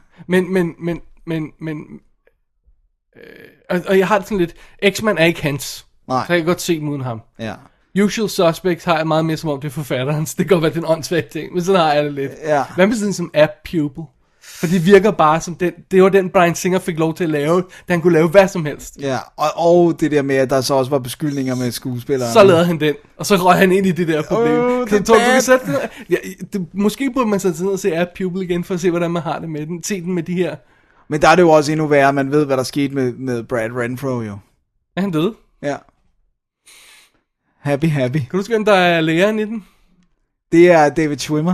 Og jeg har det sådan lidt, X-Men er ikke hans. Nej. Så jeg kan godt se dem uden ham. Ja. Usual Suspects har jeg meget mere som om det er forfatterens. Det kan godt være den åndssvagt ting, men sådan har jeg det lidt. Ja. Hvad med sådan som App Pupil? For det virker bare som det var den Bryan Singer fik lov til at lave, da han kunne lave hvad som helst. Ja, og det der med, at der så også var beskyldninger med skuespillere. Så lavede han den, og så røg han ind i det der problem. Så du kan sætte den, måske burde man sætte sig ned og se App Pupil igen, for at se, hvordan man har det med den. Se den med de her. Men der er det jo også endnu værre, man ved, hvad der skete med Brad Renfro jo. Er han død? Ja. Happy. Kan du huske, hvem der er læreren i den? Det er David Schwimmer.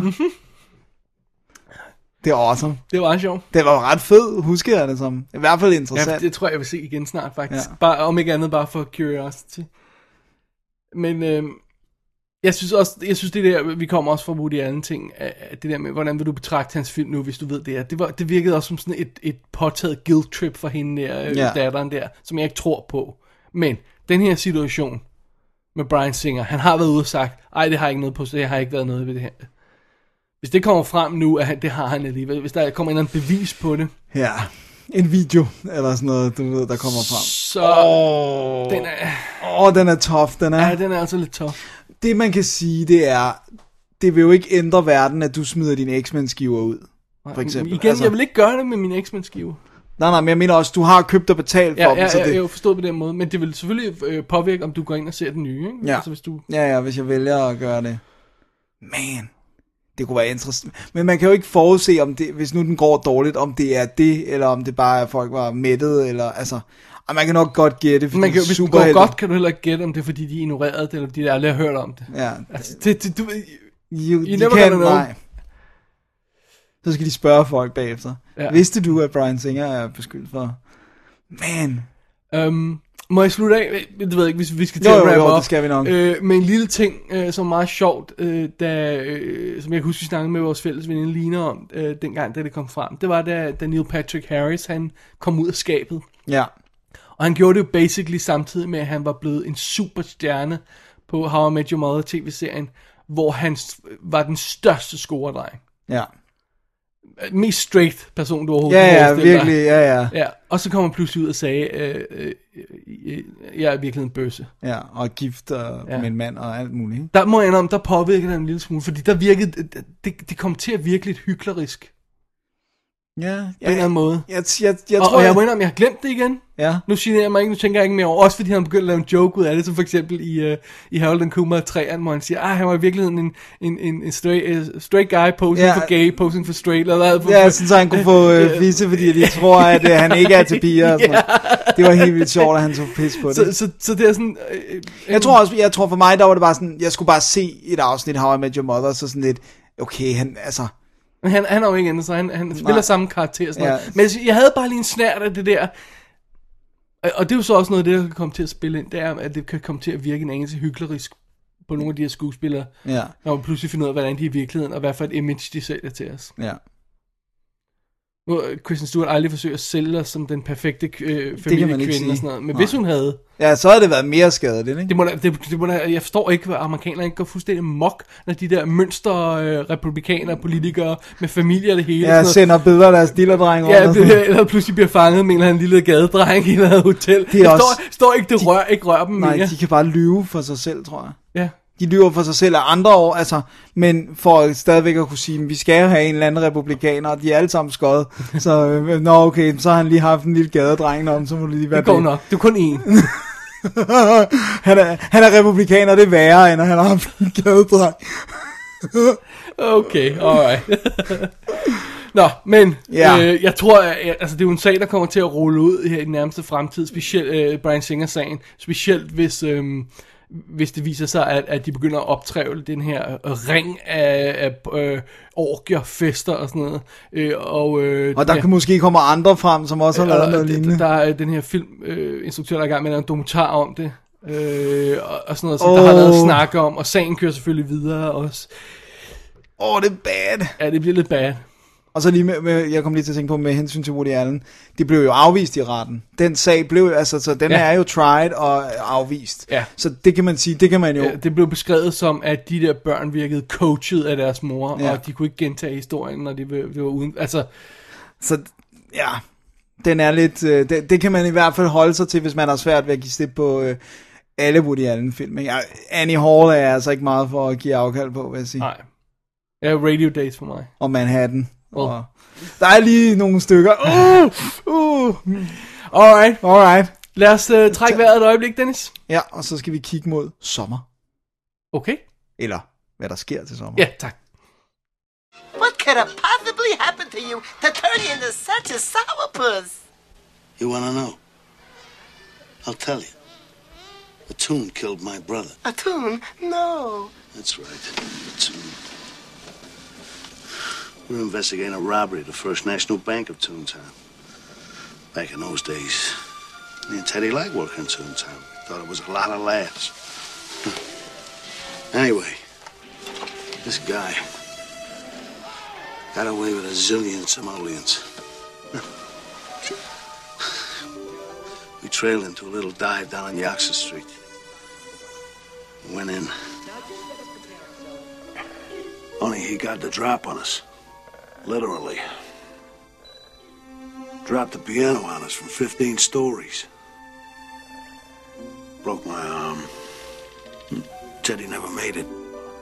Det er awesome. Det var sjovt. Det var ret fed, husker jeg det som. I hvert fald interessant. Ja, det tror jeg vil se igen snart, faktisk. Ja. Bare, om ikke andet, bare for curiosity. Men jeg synes det der, vi kommer også fra Woody Allen ting, det der med, hvordan vil du betragte hans film nu, hvis du ved det her. Det virkede også som sådan et påtaget guilt trip for hende der, datteren der, som jeg ikke tror på. Men den her situation med Bryan Singer, han har været ude og sagt, ej, det har ikke noget på, så jeg har ikke været noget ved det her. Hvis det kommer frem nu, at det har han alligevel, hvis der kommer en eller anden bevis på det. Ja, en video, eller sådan noget, du ved, der kommer frem. Så den er... den er tough, den er. Ja, den er altså lidt tough. Det man kan sige, det er, det vil jo ikke ændre verden, at du smider dine X-Men-skiver ud, for eksempel. Igen, jeg vil ikke gøre det med mine X-Men-skiver. Nej, men jeg mener også, du har købt og betalt for dem. Så det... jeg har forstået på den måde, men det vil selvfølgelig påvirke, om du går ind og ser den nye, ikke? Ja, altså, hvis du... hvis jeg vælger at gøre det. Man, det kunne være interessant. Men man kan jo ikke forudse, om det, hvis nu den går dårligt, om det er det, eller om det bare er, at folk var mættet, eller altså... Og man kan nok godt gætte, fordi hvis det går godt, kan du heller ikke gætte, om det er, fordi de ignorerede det, eller de aldrig har hørt om det. Ja. Altså, de kan, nej. Så skal de spørge folk bagefter. Ja. Vidste du, at Bryan Singer er beskyldt for... Man. Må jeg slutte af? Det ved jeg ikke, hvis vi skal til at wrap up. Det skal vi nok. Med en lille ting, som er meget sjovt, som jeg husker, vi snakkede med vores fælles veninde Lina om, dengang, da det kom frem. Det var, da Neil Patrick Harris, han kom ud af skabet. Ja. Og han gjorde det jo basically samtidig med, at han var blevet en superstjerne på How I Met Your Mother tv-serien, hvor han var den største scoredreng. Ja. Mest straight person, du overhovedet kan forestille dig. Virkelig, ja. Og så kom han pludselig ud og sagde, jeg er virkelig en bøsse. Ja, og gift med en mand og alt muligt. Der må jeg indrømme, der påvirkede han en lille smule, fordi der virkede, det kom til at virke lidt hyklerisk. Ja, på en eller anden måde. Jeg tror, og jeg må indrømme, jeg har glemt det igen. Ja. Nu siger jeg mig ikke, nu tænker jeg ikke mere over. Også fordi han begyndte at lave en joke ud af det, som for eksempel i Harold and Kumar 3'eren, hvor han siger, han var i virkeligheden en straight guy posing for gay, posing for straight. Eller hvad. Ja, sådan så han kunne få vise, fordi de tror, at han ikke er til piger. Det var helt vildt sjovt, at han tog pis på det. Så det er sådan... Jeg tror for mig, der var det bare sådan, jeg skulle bare se et afsnit How I Met Your Mother, så sådan lidt, okay, Men han har jo ikke ændret sig, han spiller samme karakter og sådan noget. Men jeg havde bare lige en snært af det der, og det er jo så også noget af det, der kan komme til at spille ind, det er, at det kan komme til at virke en anelse hyklerisk på nogle af de her skuespillere, når man pludselig finder ud af, hvordan de er i virkeligheden, og hvad for et image de sælger til os. Ja. Nu Kristen Stewart aldrig forsøger at sælge os som den perfekte familiekvinde og sådan noget, men hvis hun havde... Ja, så havde det været mere skadeligt, ikke? Det må da, jeg forstår ikke, hvad amerikanere ikke går fuldstændig mok, når de der republikanere, politikere med familie og det hele. Ja, sender billeder af deres dillerdreng. Eller pludselig bliver fanget med en lille gadedreng i et hotel. Står ikke, ikke rør dem mere. Nej, de kan bare lyve for sig selv, tror jeg. Ja. De lyver for sig selv af andre år, altså, men for stadigvæk at kunne sige, at vi skal jo have en eller anden republikaner, og de er alle sammen skøjet. Så, okay, så har han lige haft en lille gadedreng om, så må det lige være det. Går nok, du er kun én. han er republikaner, det er værre, end at han har haft en gadedreng. Okay, alright. Nå, men jeg tror, altså det er jo en sag, der kommer til at rulle ud her i den nærmeste fremtid, specielt Bryan Singer-sagen, specielt hvis det viser sig, at de begynder at optrævle den her ring af orgier, fester og sådan noget. Og der kan måske komme andre frem, som også har lavet noget lignende. Der er den her filminstruktør, der er i gang med en dokumentar om det, og sådan noget, som der har været snak om, og sagen kører selvfølgelig videre også. Det er bad. Ja, det bliver lidt bad. Og så lige jeg kom lige til at tænke på med hensyn til Woody Allen. Det blev jo afvist i retten. Den sag blev, altså, så den er jo tried og afvist. Ja. Så det kan man sige, det kan man jo. Ja, det blev beskrevet som, at de der børn virkede coachet af deres mor, og de kunne ikke gentage historien, når de var uden, altså. Så, ja, den er lidt, det kan man i hvert fald holde sig til, hvis man har svært ved at give slip på alle Woody Allen-film. Annie Hall er altså ikke meget for at give afkald på, vil jeg sige. Nej. Ja, Radio Days for mig. Og Manhattan. Og der er lige nogle stykker. Alright. Lad os trække vejret et øjeblik, Dennis. Ja, og så skal vi kigge mod sommer. Okay. Eller hvad der sker til sommer. Ja, tak. What could have possibly happened to you to turn you into such a sourpuss? You want to know? I'll tell you. A Toon killed my brother. A Toon? No. That's right. A Toon. We're investigating a robbery at the First National Bank of Toontown. Back in those days, me and Teddy liked working in Toontown. Thought it was a lot of laughs. Anyway, this guy got away with a zillion simoleons. We trailed him to a little dive down on Yaxter Street. Went in. Only he got the drop on us. Literally. Dropped the piano on us from 15 stories. Broke my arm. Teddy never made it.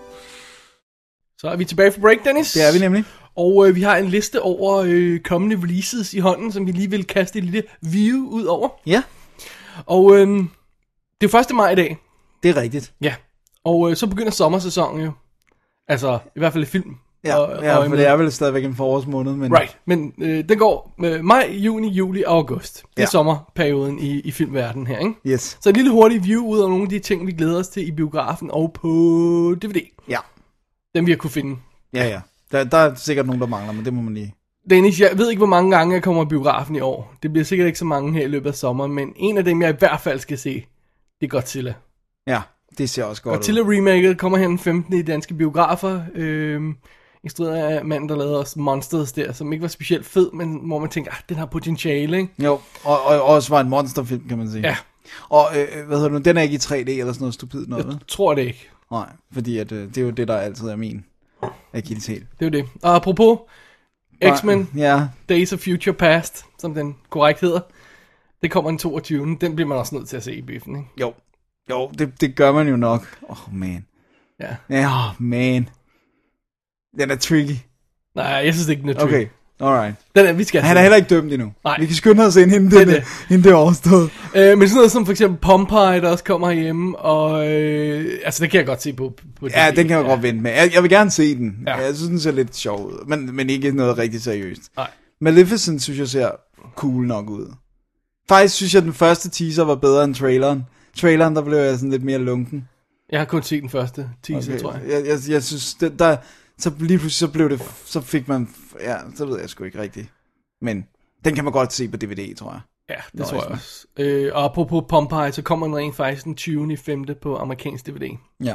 Så er vi tilbage for break, Dennis. Det er vi nemlig. Og vi har en liste over kommende releases i hånden, som vi lige vil kaste et lille view ud over. Ja. Og det er 1. maj i dag. Det er rigtigt. Ja. Og så begynder sommersæsonen jo. Altså, i hvert fald i film. Ja, for det er vel stadigvæk en forårsmåned. Men... Right, men den går maj, juni, juli og august. Det er sommerperioden i filmverdenen her, ikke? Yes. Så et lille hurtigt view ud af nogle af de ting, vi glæder os til i biografen og på DVD. Ja. Dem vi har kunne finde. Ja. Der er sikkert nogen, der mangler, men det må man lige... Dennis, jeg ved ikke, hvor mange gange jeg kommer i biografen i år. Det bliver sikkert ikke så mange her i løbet af sommeren, men en af dem, jeg i hvert fald skal se, det er Godzilla. Ja, det ser også godt Godzilla remaket kommer her den 15. i danske biografer. Instrueret af manden, der lavede også Monsters der, som ikke var specielt fed, men hvor man tænker, den har potentiale, ikke? Jo, og også var en monsterfilm, kan man sige. Ja. Og hvad hedder den er ikke i 3D eller sådan noget stupid noget, Jeg tror det ikke. Nej, fordi at, det er jo det, der altid er min agilitet. Det er jo det. Og apropos X-Men, Days of Future Past, som den korrekt hedder, det kommer den 22. Den bliver man også nødt til at se i biffen, ikke? Jo, det gør man jo nok. Man. Ja, man. Den er tricky. Nej, jeg synes ikke, den er tricky. Okay, alright. Vi skal Han er heller ikke dømt endnu. Nej. Vi kan skynde os ind, hende det overstået. Men sådan noget som for eksempel Pompeii, der også kommer hjemme, og altså det kan jeg godt se på ja, den kan jeg godt vente med. Jeg vil gerne se den. Ja. Jeg synes, den ser lidt sjov ud, men ikke noget rigtig seriøst. Nej. Maleficent synes jeg ser cool nok ud. Faktisk synes jeg, at den første teaser var bedre end traileren. Traileren, der blev jeg sådan lidt mere lunken. Jeg har kun set den første teaser, tror jeg. Jeg synes, så lige pludselig så blev det, så fik man, så ved jeg sgu ikke rigtigt. Men den kan man godt se på DVD, tror jeg. Ja, det tror jeg også. Og apropos Pompeii, så kommer den rent faktisk den 20.5. på amerikansk DVD. Ja.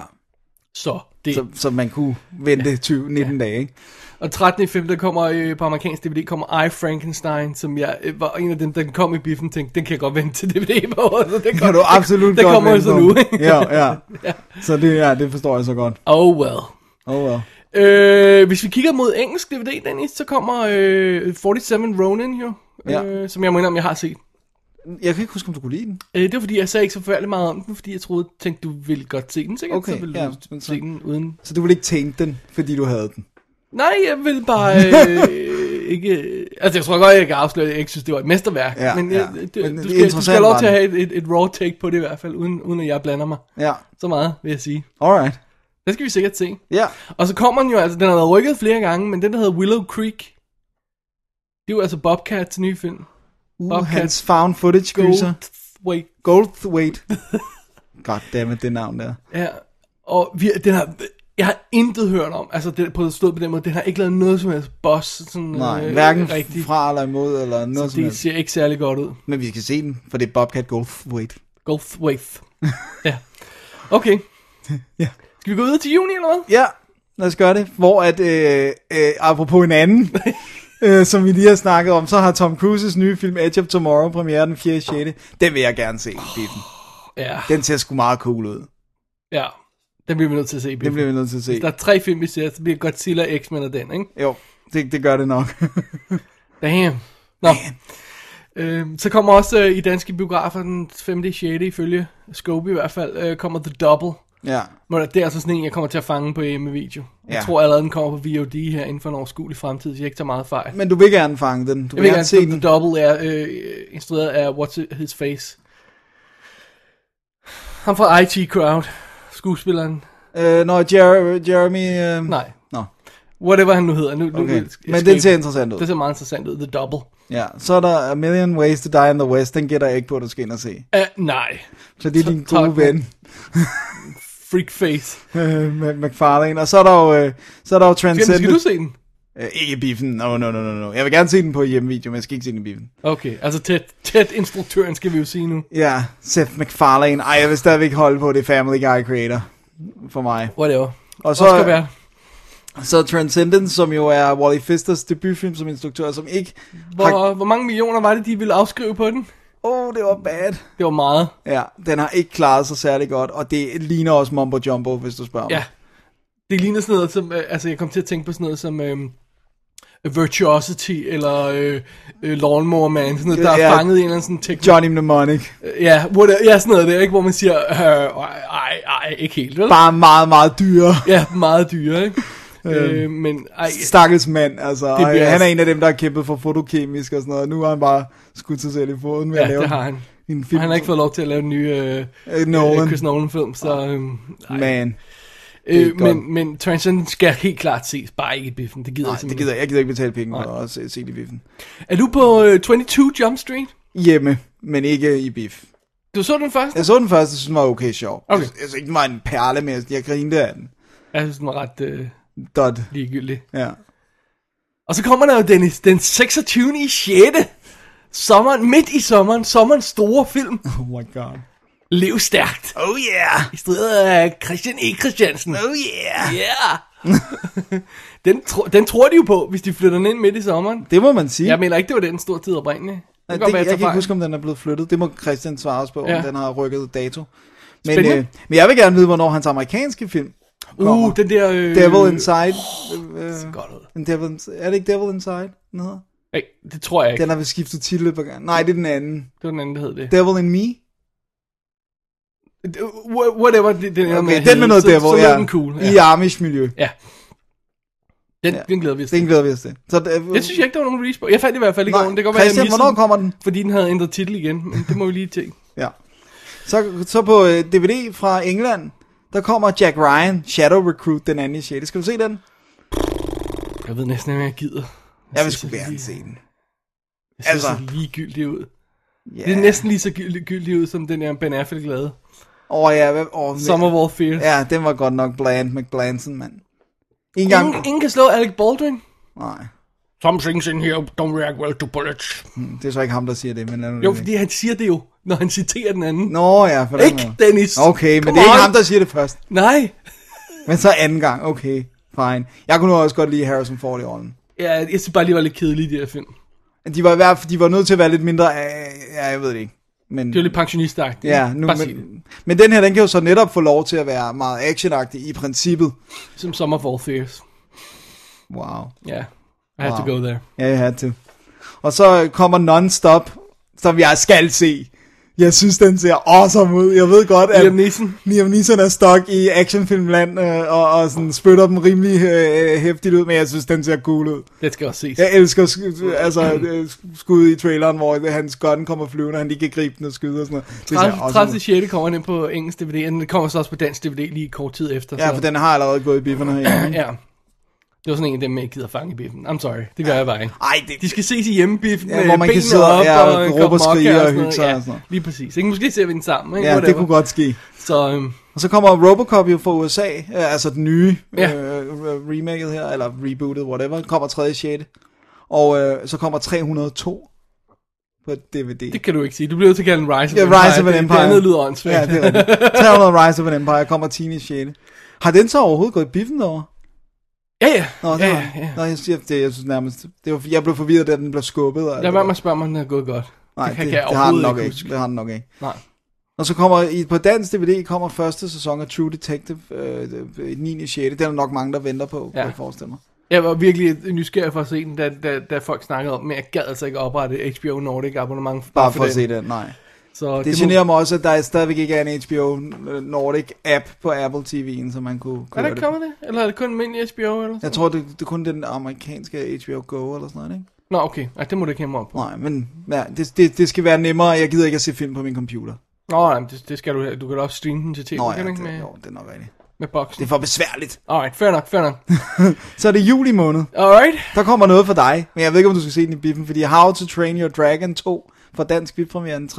Så man kunne vente 19 dage, ikke? Og 13.5. kommer på amerikansk DVD, kommer I, Frankenstein, som jeg var en af dem, der kom i biffen, tænkte, den kan jeg godt vente til DVD på. Så det kan du absolut det godt kommer vente så på. nu, ikke? Ja. Så det forstår jeg så godt. Oh well. Hvis vi kigger mod engelsk DVD, Dennis, så kommer 47 Ronin jo, som jeg mener, om jeg har set. Jeg kan ikke huske, om du kunne lide den. Det var fordi, jeg sagde ikke så forfærdeligt meget om den, fordi jeg tænkte, du ville godt se den, sikkert. Okay, så ville du se den uden... Så du ville ikke tænke den, fordi du havde den? Nej, jeg vil bare ikke... Altså, jeg tror godt, jeg kan afsløre, at jeg ikke synes, det var et mesterværk. Men du skal have lov til at have et raw take på det i hvert fald, uden at jeg blander mig. Ja. Så meget, vil jeg sige. Alright. Det skal vi sikkert se. Ja. Og så kommer den jo, altså den har været rykket flere gange, men den der hedder Willow Creek, det er jo altså Bobcats nye film. Hans found footage gyser. Goldthwait. Goddammit, det navn der. Ja, og jeg har intet hørt om, altså det på stået på den måde, den har ikke lavet noget som helst boss. Sådan, nej, hverken rigtig fra eller imod, eller noget som helst. Det ser ikke særlig godt ud. Men vi skal se den, for det er Bobcat Goldthwait. Goldthwait. Ja. Okay. Ja. Skal vi gå videre til juni eller hvad? Ja, lad os gøre det. Hvor at, apropos en anden, som vi lige har snakket om, så har Tom Cruises nye film Edge of Tomorrow premiere den 4. 6. Den vil jeg gerne se i biffen. Ja. Den ser sgu meget cool ud. Ja, den bliver vi nødt til at se i biffen. Den bliver vi nødt til at se. Hvis der er 3 film, vi ser, så bliver Godzilla, X-Men og den, ikke? Jo, det gør det nok. Damn. Nå. Så kommer også i danske biografer den 5. 6. ifølge Scope i hvert fald, kommer The Double. Ja. Det er altså sådan en, jeg kommer til at fange på hjemmevideo. Jeg tror allerede, den kommer på VOD her inden for en overskuelig fremtid, så jeg ikke tager meget fejl. Men du vil gerne fange den? Jeg vil gerne se den. The Double er instrueret af What's His Face. Han fra IT Crowd, skuespilleren. Jeremy... Nej. Nå. Whatever han nu hedder. Okay. Men den ser interessant ud. Det ser meget interessant ud. The Double. Ja, så er der A Million Ways to Die in the West. Den gætter jeg ikke på, at du skal ind og se. Nej. Så det er din gode ven. Freakface. McFarlane. Og så er der jo Transcendent. Skal du se den? Ikke biffen. No. Jeg vil gerne se den på hjemmevideo, men jeg skal ikke se den i biffen. Okay, altså tæt instruktøren skal vi jo sige nu. Ja, Seth MacFarlane. Ej, jeg vil stadigvæk holde på det Family Guy creator. For mig. Whatever. Og så Transcendence, som jo er Wally Pfisters debutfilm som instruktør, som ikke... Hvor mange millioner var det, de ville afskrive på den? Det var bad. Det var meget. Ja, den har ikke klaret sig særlig godt, og det ligner også Mumbo Jumbo, hvis du spørger mig. Ja, det ligner sådan noget som... altså, jeg kom til at tænke på sådan noget som... Virtuosity, eller Lawnmower Man, sådan noget, der er fanget i en eller anden sådan Johnny Mnemonic. Ja, sådan noget der, ikke? Hvor man siger, ej, ikke helt, vel? Bare meget, meget dyre. Ja, meget dyre, ikke? Men stakkels mand, altså. Han er en af dem, der har kæmpet for fotokemisk og sådan noget. Nu har han bare skudt sig selv i foden med at lave det har han. En film. Og han har ikke fået lov til at lave en ny Chris Nolan film, så... Man. Men Transcendence skal helt klart ses, bare ikke i biffen. Det gider jeg gider ikke betale penge for at se det i biffen. Er du på 22 Jump Street? Hjemme, men ikke i biff. Du så den første? Jeg så den første, synes den var okay sjov. Okay. Jeg synes ikke, den var en perle, men jeg grinede af den. Jeg synes, den var ret ligegyldig. Ja. Og så kommer der jo den 26. i 6. Sommeren, midt i sommerens store film. Oh my god. Lev stærkt. Oh yeah. I stedet af Christian E. Christiansen. Oh yeah. Yeah. den tror de jo på, hvis de flytter den ind midt i sommeren. Det må man sige. Jeg mener ikke, det var den store tid oprindeligt. Jeg kan ikke huske, om den er blevet flyttet. Det må Christian svare os på, om den har rykket dato. Men jeg vil gerne vide, hvornår hans amerikanske film kommer. Den der... Devil Inside. Godt. Er det ikke Devil Inside? Den hedder? Nej, det tror jeg ikke. Den har vel skiftet titel på gang. Nej, det er den anden. Det var den anden, der hed det. Devil in Me? Whatever. Den med noget Devil, så ja. Den cool. Ja. I Amish-miljø. Ja. Den glæder vi os til. Den glæder vi os til. Så jeg synes ikke, der var nogen release på. Jeg fandt i hvert fald ikke nogen. Det kan godt Christian, være, hvornår kommer den? Fordi den havde ændret titel igen. Men det må vi lige til. Ja. Så på DVD fra England, der kommer Jack Ryan, Shadow Recruit, den anden i 6. Skal du se den? Jeg ved næsten ikke, om jeg gider. Jeg vil sgu gerne se den. Det ser så ligegyldigt ud. Yeah. Det er næsten lige så gyldigt ud, som den der Ben Affleck lavede. Sum of All Fears. Ja, den var godt nok bland McBlanson, mand. Ingen kan slå Alec Baldwin. Nej. Some things in here don't react well to bullets. Det er så ikke ham, der siger det, men... Jo, fordi han siger det jo, når han citerer den anden. Nå ja, for den ikke måde. Dennis. Okay, men det er ikke ham, der siger det først. Nej. Men så anden gang, okay, fine. Jeg kunne nu også godt lide Harrison Ford i rollen. Ja, jeg synes bare lige var lidt kedelige, de her film. De var nødt til at være lidt mindre, jeg ved det ikke. Men, det var lidt pensionistagtigt. Ja, men den her, den kan jo så netop få lov til at være meget actionagtig i princippet. Som Sum of All Fears. Wow. Ja, yeah. I had to go there. Ja, jeg had to. Og så kommer Non-Stop, som jeg skal se. Jeg synes, den ser awesome ud. Jeg ved godt, at Liam Neeson er stok i actionfilmland og sådan spytter dem rimelig hæftigt ud, men jeg synes, den ser cool ud. Det skal også ses. Jeg elsker skud i traileren, hvor hans gun kommer flyvende, og han lige kan gribe den og skyde og sådan noget. 30.6. kommer den på engelsk DVD, og den kommer så også på dansk DVD lige kort tid efter. Ja, for den har allerede gået i bifferne herhjemme. Ja. Det var sådan en af dem, jeg ikke gider fange i biffen. I'm sorry, det gør jeg bare ikke. Ej, de skal ses i hjemmebiffen med hvor man kan sidde op og råbe og skrige og hygge sig og sådan noget. Lige præcis. Ikke? Måske ser vi den sammen. Ikke? Ja, det kunne godt ske. Og så kommer Robocop jo fra USA, altså den nye remaket her, eller rebootet, whatever, kommer 3.6. Og så kommer 302 på DVD. Det kan du ikke sige. Du bliver nødt til at kalde den Rise of an Empire. Det andet lyder åndssvagt. Ja, det er det. 300 Rise of an Empire kommer 10.6. Har den så overhovedet gået i biffen derovre? Ja. Nå, jeg siger det, jeg synes nærmest. Jeg blev forvirret, da den blev skubbet. Lad være med at spørge, om den er gået godt. Nej, det har den nok ikke. Det har den nok ikke. Nej. Og så kommer på dansk DVD kommer første sæson af True Detective 9.6. Det er der nok mange, der venter på, kan jeg forestille mig. Jeg var virkelig nysgerrig for at se den, da folk snakkede om, men jeg gad altså ikke oprette HBO Nordic abonnement. Bare for at se den, nej. Så det generer mig også, at der stadigvæk ikke er en HBO Nordic app på Apple TV'en, så man kunne køre det. Er det kommet det? Eller er det kun almindelig HBO? Eller sådan? Jeg tror, det er kun den amerikanske HBO Go eller sådan noget, ikke? Nå, okay. Ej, det må du ikke hæmme op på. Nej, men ja, det skal være nemmere. Jeg gider ikke at se film på min computer. Nå, nej, det skal du. Du kan da også streame den til TV. Nå ja, det er nok rigtigt. med boksen. Det er for besværligt. Alright, fair nok. Så er det juli måned. Alright. Der kommer noget for dig, men jeg ved ikke, om du skal se den i biffen, fordi How to Train Your Dragon 2 for dansk bifpremiere den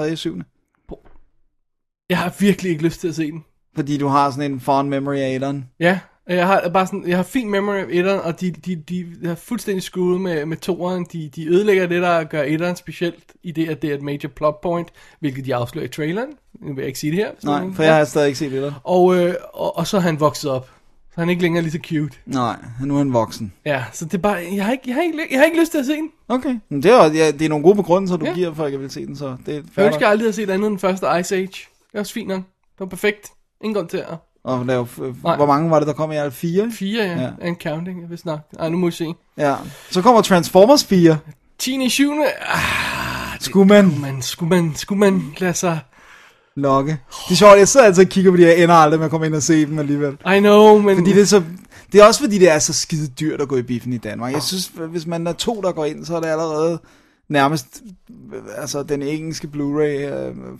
3.7. Jeg har virkelig ikke lyst til at se den. Fordi du har sådan en fond memory af 8'eren. Ja, jeg har fin memory af 1'eren, og de er fuldstændig screwet med 2'eren. De ødelægger det, der gør 1'eren specielt, i det, at det er et major plot point, hvilket de afslører i traileren. Nu vil jeg ikke sige det her. Nej, for jeg har stadig ikke set 1'eren. Og så er han vokset op. Så han er ikke længere lige så cute. Nej, nu er han voksen. Ja, så det er bare, jeg har ikke lyst til at se den. Okay, men det er nogle gode begrundelser, du giver, for at jeg vil se den, så det er jeg ønsker aldrig at se andet end den første Ice Age. Det er også fint nok. Det var perfekt. Ingen grund til at... Og hvor mange var det, der kom i alt? 4? 4, ja. And counting, hvis nok. Ej, nu må vi se. Ja. Så kommer Transformers 4. 10.7. Skulle man lade sig... Lokke. Det er sjovt, jeg sidder altid og kigger på de her, ender aldrig med at komme ind og se dem alligevel. I know, men... Fordi det er også fordi, det er så skide dyrt at gå i biffen i Danmark. Jeg synes, hvis man er 2, der går ind, så er det allerede nærmest... Altså, den engelske Blu-ray...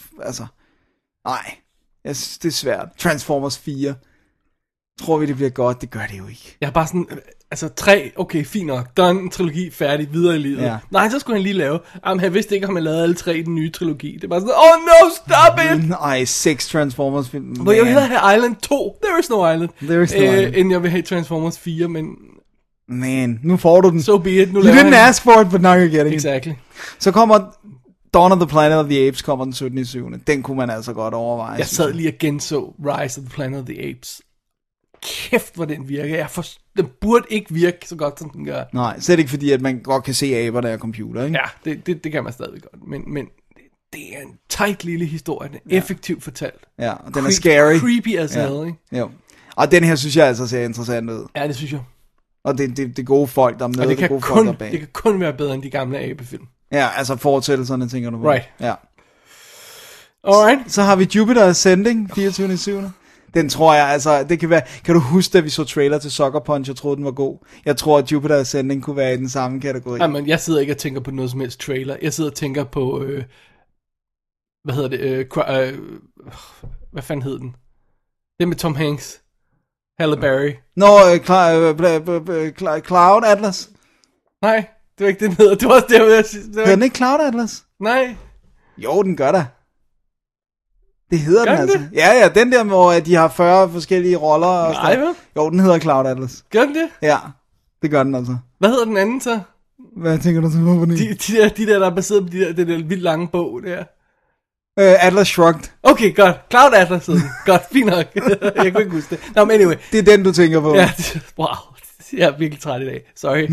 Nej. Jeg synes, det er svært. Transformers 4. Tror vi, det bliver godt? Det gør det jo ikke. Jeg er bare sådan... 3, okay, fint nok. Done, en trilogi, færdig, videre i livet. Ja. Nej, så skulle han lige lave... han vidste ikke, om han lavede alle 3 i den nye trilogi. Det er bare sådan, oh no, stop it! Nej, 6 Transformers film. Hvor jeg vil hellere have Island 2. There is no Island. There is no Island. End jeg vil have Transformers 4, men... Man, nu får du den. So be it. Nu you didn't ask for it, but now you're getting exactly. it. Så kommer... Dawn of the Planet of the Apes kommer den 17.7. Den kunne man altså godt overveje. Jeg sad lige og genså Rise of the Planet of the Apes. Kæft, hvor den virker. Den burde ikke virke så godt, som den gør. Nej, slet ikke fordi, at man godt kan se aber, der er computer, ikke? Ja, det kan man stadig godt. Men det er en tight lille historie. Den er effektivt fortalt. Ja, og den er scary. Creepy as hell, ikke? Jo. Og den her synes jeg altså ser interessant ud. Ja, det synes jeg. Og det er gode folk, der er med. Og det kan kun være bedre end de gamle abefilm. Ja, altså fortællelserne, tænker du på. Right. Ja. Alright. Så har vi Jupiter Ascending, 24.7. Den tror jeg, altså, det kan være... Kan du huske, da vi så trailer til Sucker Punch, jeg troede, den var god? Jeg tror, at Jupiter Ascending kunne være i den samme kategori. Jamen, jeg sidder ikke og tænker på noget som helst trailer. Jeg sidder og tænker på... hvad hedder det? Hvad fanden hed den? Det med Tom Hanks. Halle Berry. Cloud Atlas? Nej, det var ikke det, den hedder. Det var også det, jeg sige. Hedder den ikke Cloud Atlas? Nej. Jo, den gør da. Det hedder gør den altså. Det? Ja, den der, hvor de har 40 forskellige roller. Og nej, hvad? Jo, den hedder Cloud Atlas. Gør den det? Ja, det gør den altså. Hvad hedder den anden så? Hvad tænker du så på den? De der er baseret på det der vildt lange bog der. Atlas Shrugged. Okay, godt. Cloud Atlas hedder den. Godt, fint nok. Jeg kunne ikke huske det. Nå, men anyway. Det er den, du tænker på. Ja, wow. Jeg er virkelig træt i dag. Sorry.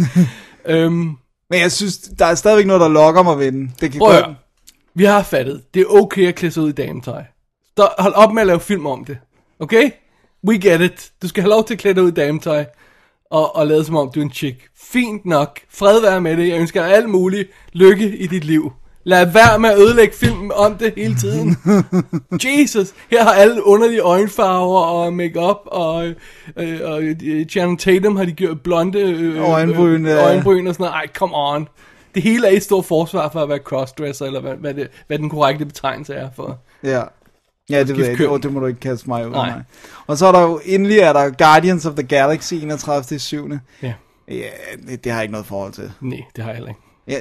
Men jeg synes, der er stadigvæk noget, der lokker mig ved den. Det kan prøv at vi har fattet. Det er okay at klæde sig ud i dametøj. Hold op med at lave film om det. Okay? We get it. Du skal have lov til at klæde dig ud i dametøj. Og lade som om du er en chick. Fint nok. Fred være med det. Jeg ønsker dig alt muligt lykke i dit liv. Lad være med at ødelægge filmen om det hele tiden. Jesus. Her har alle underlige øjenfarver og make-up. Og Channing Tatum har de gjort blonde øjenbryn og sådan noget. Ej, come on. Det hele er et stort forsvar for at være crossdresser, eller hvad den korrekte betegnelse er for. Ja, det ved jeg ikke. Det må du ikke kaste mig ud af mig. Og så er der jo endelig Guardians of the Galaxy 31.7. Ja. Ja, det har jeg ikke noget forhold til. Nej, det har jeg heller ikke.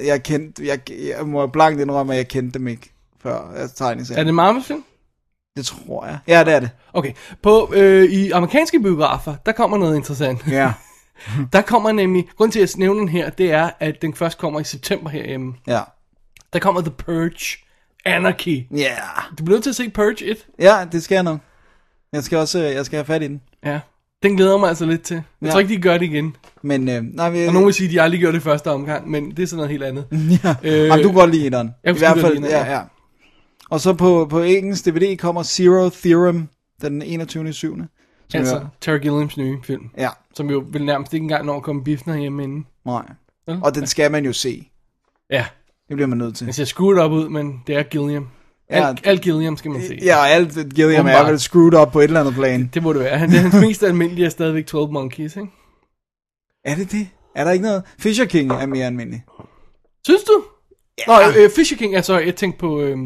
Jeg må blankt indrømme, at jeg kendte dem ikke før tegneserien. Er det Marvel-film? Det tror jeg. Ja, det er det. Okay. I amerikanske biografer, der kommer noget interessant. Ja. Der kommer nemlig, grund til at nævne den her, det er, at den først kommer i september herhjemme. Ja. Der kommer The Purge, Anarchy. Ja. Yeah. Du bliver nødt til at se Purge 1. Ja, det skal jeg nok. Jeg skal have fat i den. Ja. Den glæder mig altså lidt til. Jeg tror ikke, de gør det igen. Men, og nogen vil sige, at de aldrig gjorde det første omgang, men det er sådan noget helt andet. Ja. Du kan godt lide den. I hvert fald, ja. Og så på engelsk DVD kommer Zero Theorem den 21.7. Altså Terry Gilliams nye film. Ja. Som jo vil nærmest ikke engang når at komme biffen herhjemme inden. Nej. Og den skal man jo se. Ja. Det bliver man nødt til. Den ser screwed up ud, men det er Gilliam. Alt Gilliam skal man se. Ja, og alt Gilliam er vel screwed up på et eller andet plan. Det må det være. Det er hans mest almindelige er stadigvæk 12 Monkeys, ikke? Er det det? Er der ikke noget? Fisher King er mere almindelig. Synes du? Ja. Nå, Fisher King, altså jeg tænkte på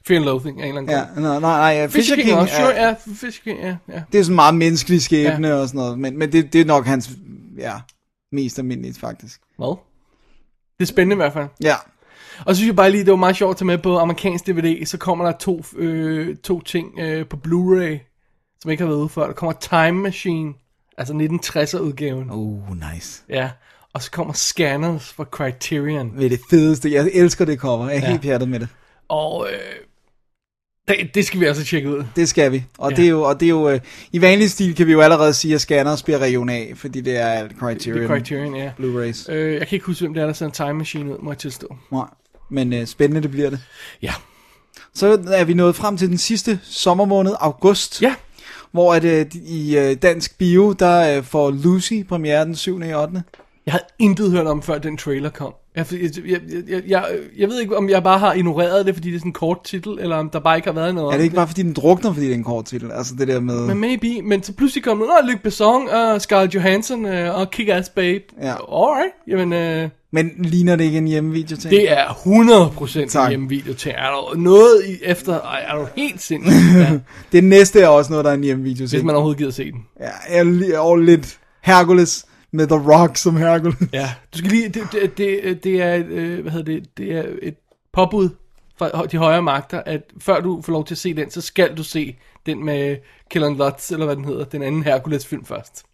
Fear and Loathing af en eller anden grund. Nej, Fisher King også, ja, Fisher King, ja. Det er sådan meget menneskelig skæbne og sådan noget, men det er nok hans, mest almindeligt faktisk. Hvad? Det er spændende i hvert fald. Ja. Og så synes jeg bare lige, det var meget sjovt at tage med på amerikansk DVD, så kommer der to ting på Blu-ray, som ikke har været ude før. Der kommer Time Machine, altså 1960'er udgaven. Nice. Ja, og så kommer Scanners fra Criterion. Det er det fedeste, jeg elsker det cover, jeg er helt pjattet med det. Og det skal vi altså tjekke ud. Det skal vi, og det er jo i vanlig stil kan vi jo allerede sige, at Scanners bliver region A, fordi det er alt Criterion. Det er Criterion, ja. Blu-rays. Jeg kan ikke huske, hvem det er, der sender Time Machine ud, må jeg tilstå. Nej, men spændende det bliver det. Ja. Så er vi nået frem til den sidste sommermåned, august. Ja. Hvor i dansk bio, der får Lucy premiere den 7. i 8. Jeg havde intet hørt om, før den trailer kom. Jeg ved ikke, om jeg bare har ignoreret det, fordi det er sådan en kort titel, eller om der bare ikke har været noget. Er det ikke bare, fordi den drukner, fordi det er en kort titel? Altså det der med... Men maybe, men så pludselig kom Luc Besson og Scarlett Johansson og Kick-Ass Babe. Ja. Alright, jamen... Men ligner det ikke en hjemmevideo til? Det er 100% en hjemmevideo til. Er der noget efter... er du helt sindssygt? Ja. Det næste er også noget, der er en hjemmevideo til. Hvis man overhovedet gider se den. Ja, jeg er lidt Hercules med The Rock som Hercules. Ja, du skal lige... Det er det er et påbud fra de højere magter, at før du får lov til at se den, så skal du se den med Kellen Lutz, eller hvad den hedder, den anden Hercules-film først.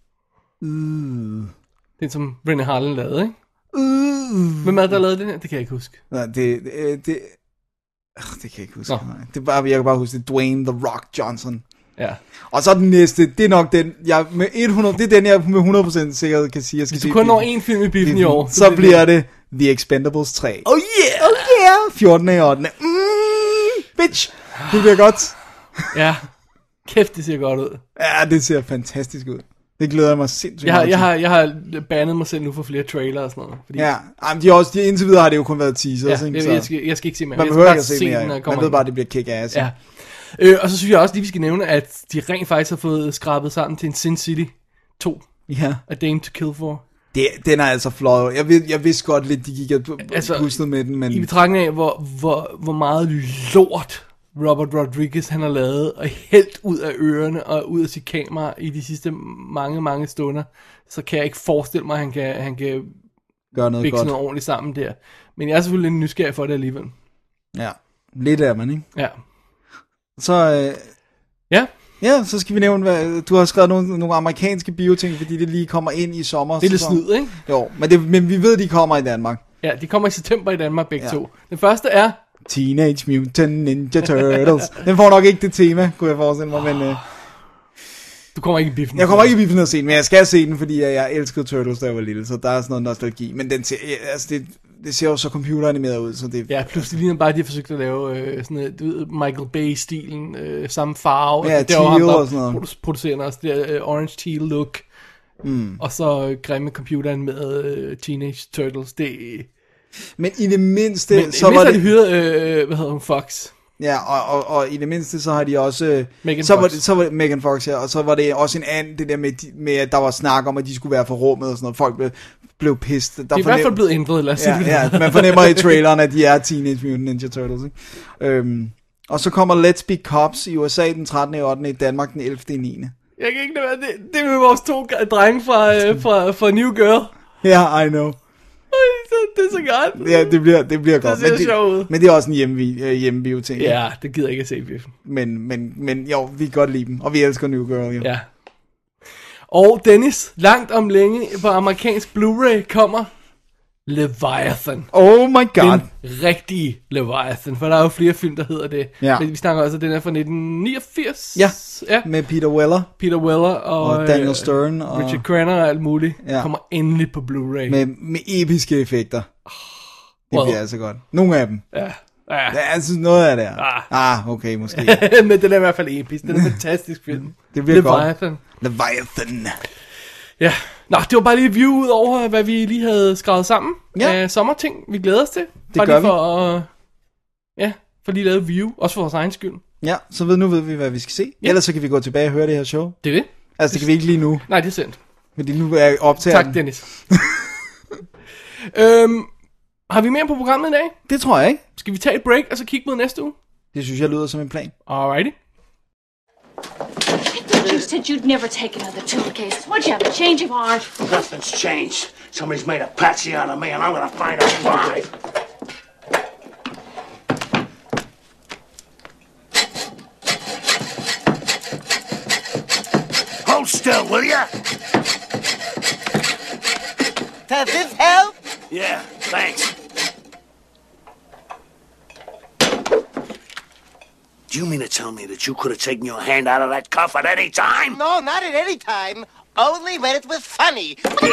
Den, som Renée Harlin lavede, ikke? Hvem er der lavede den her? Det kan jeg ikke huske. Nej, det kan jeg ikke huske. Nej. Jeg kan bare huske, det er Dwayne The Rock Johnson. Ja. Og så den næste, det er nok den, det er den, jeg med 100% sikkerhed kan sige, jeg skal Hvis se. du kun når en film i biffen i år. Så bliver det The Expendables 3. Oh yeah! 14. i 8. Bitch! Det bliver godt. Ja. Kæft, det ser godt ud. Ja, det ser fantastisk ud. Det glæder jeg mig sindssygt meget til. Jeg har bandet mig selv nu for flere trailer og sådan noget. Fordi... Ja, men indtil videre har det jo kun været teasers. Ja, jeg skal ikke se mere. Man behøver ikke at se mere. Man ved bare, at det bliver kick-ass. Ja. Og så synes jeg også lige, vi skal nævne, at de rent faktisk har fået skrabet sammen til en Sin City 2. Ja. A Dame to Kill For. Den er altså flot. Jeg vidste godt lidt, de gik og puslede med den, men... I betragtning af, hvor meget lort Robert Rodriguez han har lavet, og hældt ud af ørerne og ud af sit kamera i de sidste mange stunder, så kan jeg ikke forestille mig, at han kan gøre noget godt. Noget ordentligt sammen der. Men jeg er selvfølgelig lidt nysgerrig for det alligevel. Ja, lidt er man, ikke? Ja. Så... Ja, så skal vi nævne, du har skrevet nogle amerikanske bioting, fordi det lige kommer ind i sommer. Det er lidt snyd, ikke? Jo, men vi ved, de kommer i Danmark. Ja, de kommer i september i Danmark begge to. Den første er... Teenage Mutant Ninja Turtles. Den får nok ikke det tema, kunne jeg forestille mig, men... Du kommer ikke i biffen. Jeg kommer ikke i biffen at se den, men jeg skal se den, fordi jeg elskede Turtles, da jeg var lille, så der er sådan noget nostalgi. Men den ser, altså det ser jo så computeranimeret ud, så det... Ja, pludselig ligner bare, de har forsøgt at lave sådan noget, du ved, Michael Bay-stilen, samme farve. Ja, teal og sådan noget. Producerer også det der orange teal look. Og så grimme computeranimeret Teenage Turtles, det... Men i det mindste... så var det... de hyret, hvad hedder hun, Fox. Ja, og i det mindste, så har de også... Så var det Megan Fox, ja, og så var det også en anden, det der med, at der var snak om, at de skulle være for rummet og sådan noget. Folk blev pissed. De er i hvert fald blevet ændret, lad os sige det. Ja, man fornemmer i traileren, at de er Teenage Mutant Ninja Turtles, ikke? Og så kommer Let's Be Cops i USA den 13. i 8. i Danmark den 11. i 9. Jeg kan ikke lade det er vores to drenge fra New Girl. Ja, yeah, I know. Det er så godt. Ja, det bliver godt. Det ser sjovt ud. Men det er også en hjemmebio ting. Ja, det gider jeg ikke at se i biffen. Men jo, vi kan godt lide dem. Og vi elsker New Girl, jo. Ja. Og Dennis, langt om længe på amerikansk Blu-ray kommer Leviathan. Oh my god. Den rigtige Leviathan, for der er jo flere film, der hedder det. Ja. Men vi snakker også, den er fra 1989. Ja, med Peter Weller og Daniel Stern og Richard Crenna og alt muligt. Ja. Kommer endelig på Blu-ray. Med episke effekter. Det bliver altså godt. Nogle af dem. Ja. Jeg synes noget af det er. Okay, måske. Men den er i hvert fald episk. Den er en fantastisk film. Det bliver Leviathan. Godt. Leviathan. Ja. Nå, det var bare lige et view ud over, hvad vi lige havde skrevet sammen. Af sommerting, vi glæder os til. Det gør vi. For lige lavet et view, også for vores egen skyld. Ja, så nu ved vi, hvad vi skal se. Ellers så kan vi gå tilbage og høre det her show. Det er det. Altså, det kan vi ikke lige nu. Nej, det er sandt. Fordi nu er jeg optaget. Tak, Dennis. Har vi mere på programmet i dag? Det tror jeg ikke. Skal vi tage et break, og så kigge mod næste uge? Det synes jeg lyder som en plan. Alrighty. You said you'd never take another tool case. What'd you have, a change of heart? Nothing's changed. Somebody's made a patsy out of me, and I'm gonna find out why. Hold still, will ya? Does this help? Yeah, thanks. Do you mean to tell me that you could have taken your hand out of that cuff at any time? No, not at any time. Only when it was funny. Come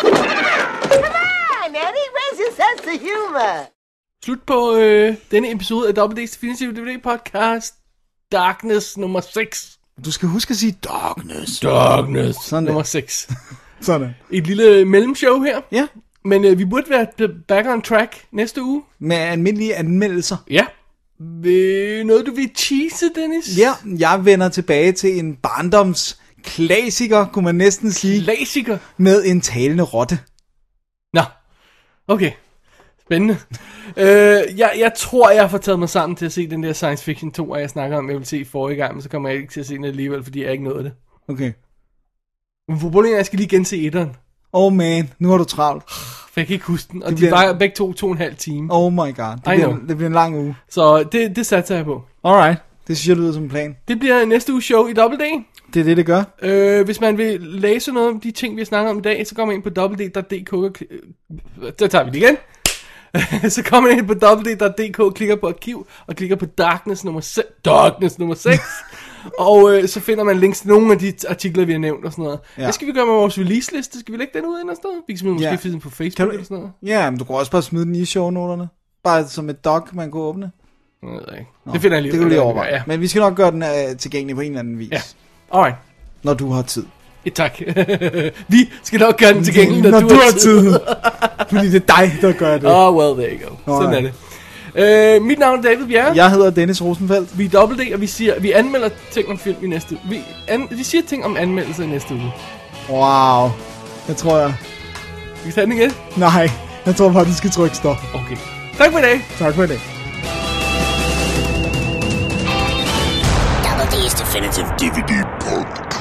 on, Eddie, where's your sense of humor? Slut på denne episode af WD's Definitive DVD Podcast. Darkness nummer 6. Du skal huske at sige Darkness. Sådan nummer 6. Sådan. Et lille mellemshow her. Ja. Men vi burde være back on track næste uge. Med almindelige anmeldelser. Ja. Noget du vil tease, Dennis? Ja, jeg vender tilbage til en barndomsklassiker, kunne man næsten sige. Klassiker? Med en talende rotte. Nå, okay. Spændende. Jeg tror, jeg har fået taget mig sammen til at se den der Science Fiction 2, og jeg snakker om, jeg vil se forrige gang, men så kommer jeg ikke til at se den alligevel, fordi jeg ikke nåede det. Okay. Men problemet er, at jeg skal lige gense etteren. Oh man, nu har du travlt. For jeg kan ikke huske den, og de var begge 2,5 timer. Oh my god, det bliver en lang uge. Så det satser jeg på. Alright, det synes jeg lyder som en plan. Det bliver næste uges show i WD. Det er det gør. Hvis man vil læse noget om de ting, vi har snakket om i dag, så går man ind på www.dk. Så tager vi det igen. Så kommer man ind på www.dk, klikker på arkiv, og klikker på Darkness nummer 6. Og så finder man links til nogle af de artikler, vi har nævnt og sådan noget. Ja. Hvad skal vi gøre med vores release-liste? Skal vi lægge den ud eller sådan noget? Vi kan måske finde den på Facebook eller sådan noget. Ja, men du kan også bare smide den i shownoterne. Bare som et doc, man kan åbne. Jeg ved ikke. Det finder jeg lige. Det kan du lige overveje. Ja. Men vi skal nok gøre den tilgængelig på en eller anden vis. Ja. Alright. Når du har tid. Ja, tak. Vi skal nok gøre den tilgængelig, når du har tid. Fordi det er dig, der gør det. Oh, well, there you go. Sådan er det. Mit navn er David Bjerre. Jeg hedder Dennis Rosenfeldt. Vi er WD, og vi anmelder ting om film i næste uge. Vi siger ting om anmeldelser i næste uge. Wow. Jeg tror jeg... Skal vi tage den igen? Nej, jeg tror bare, du skal trykke stop. Okay. Tak for i dag. Tak for i dag. WD's Definitive DVD Podcast.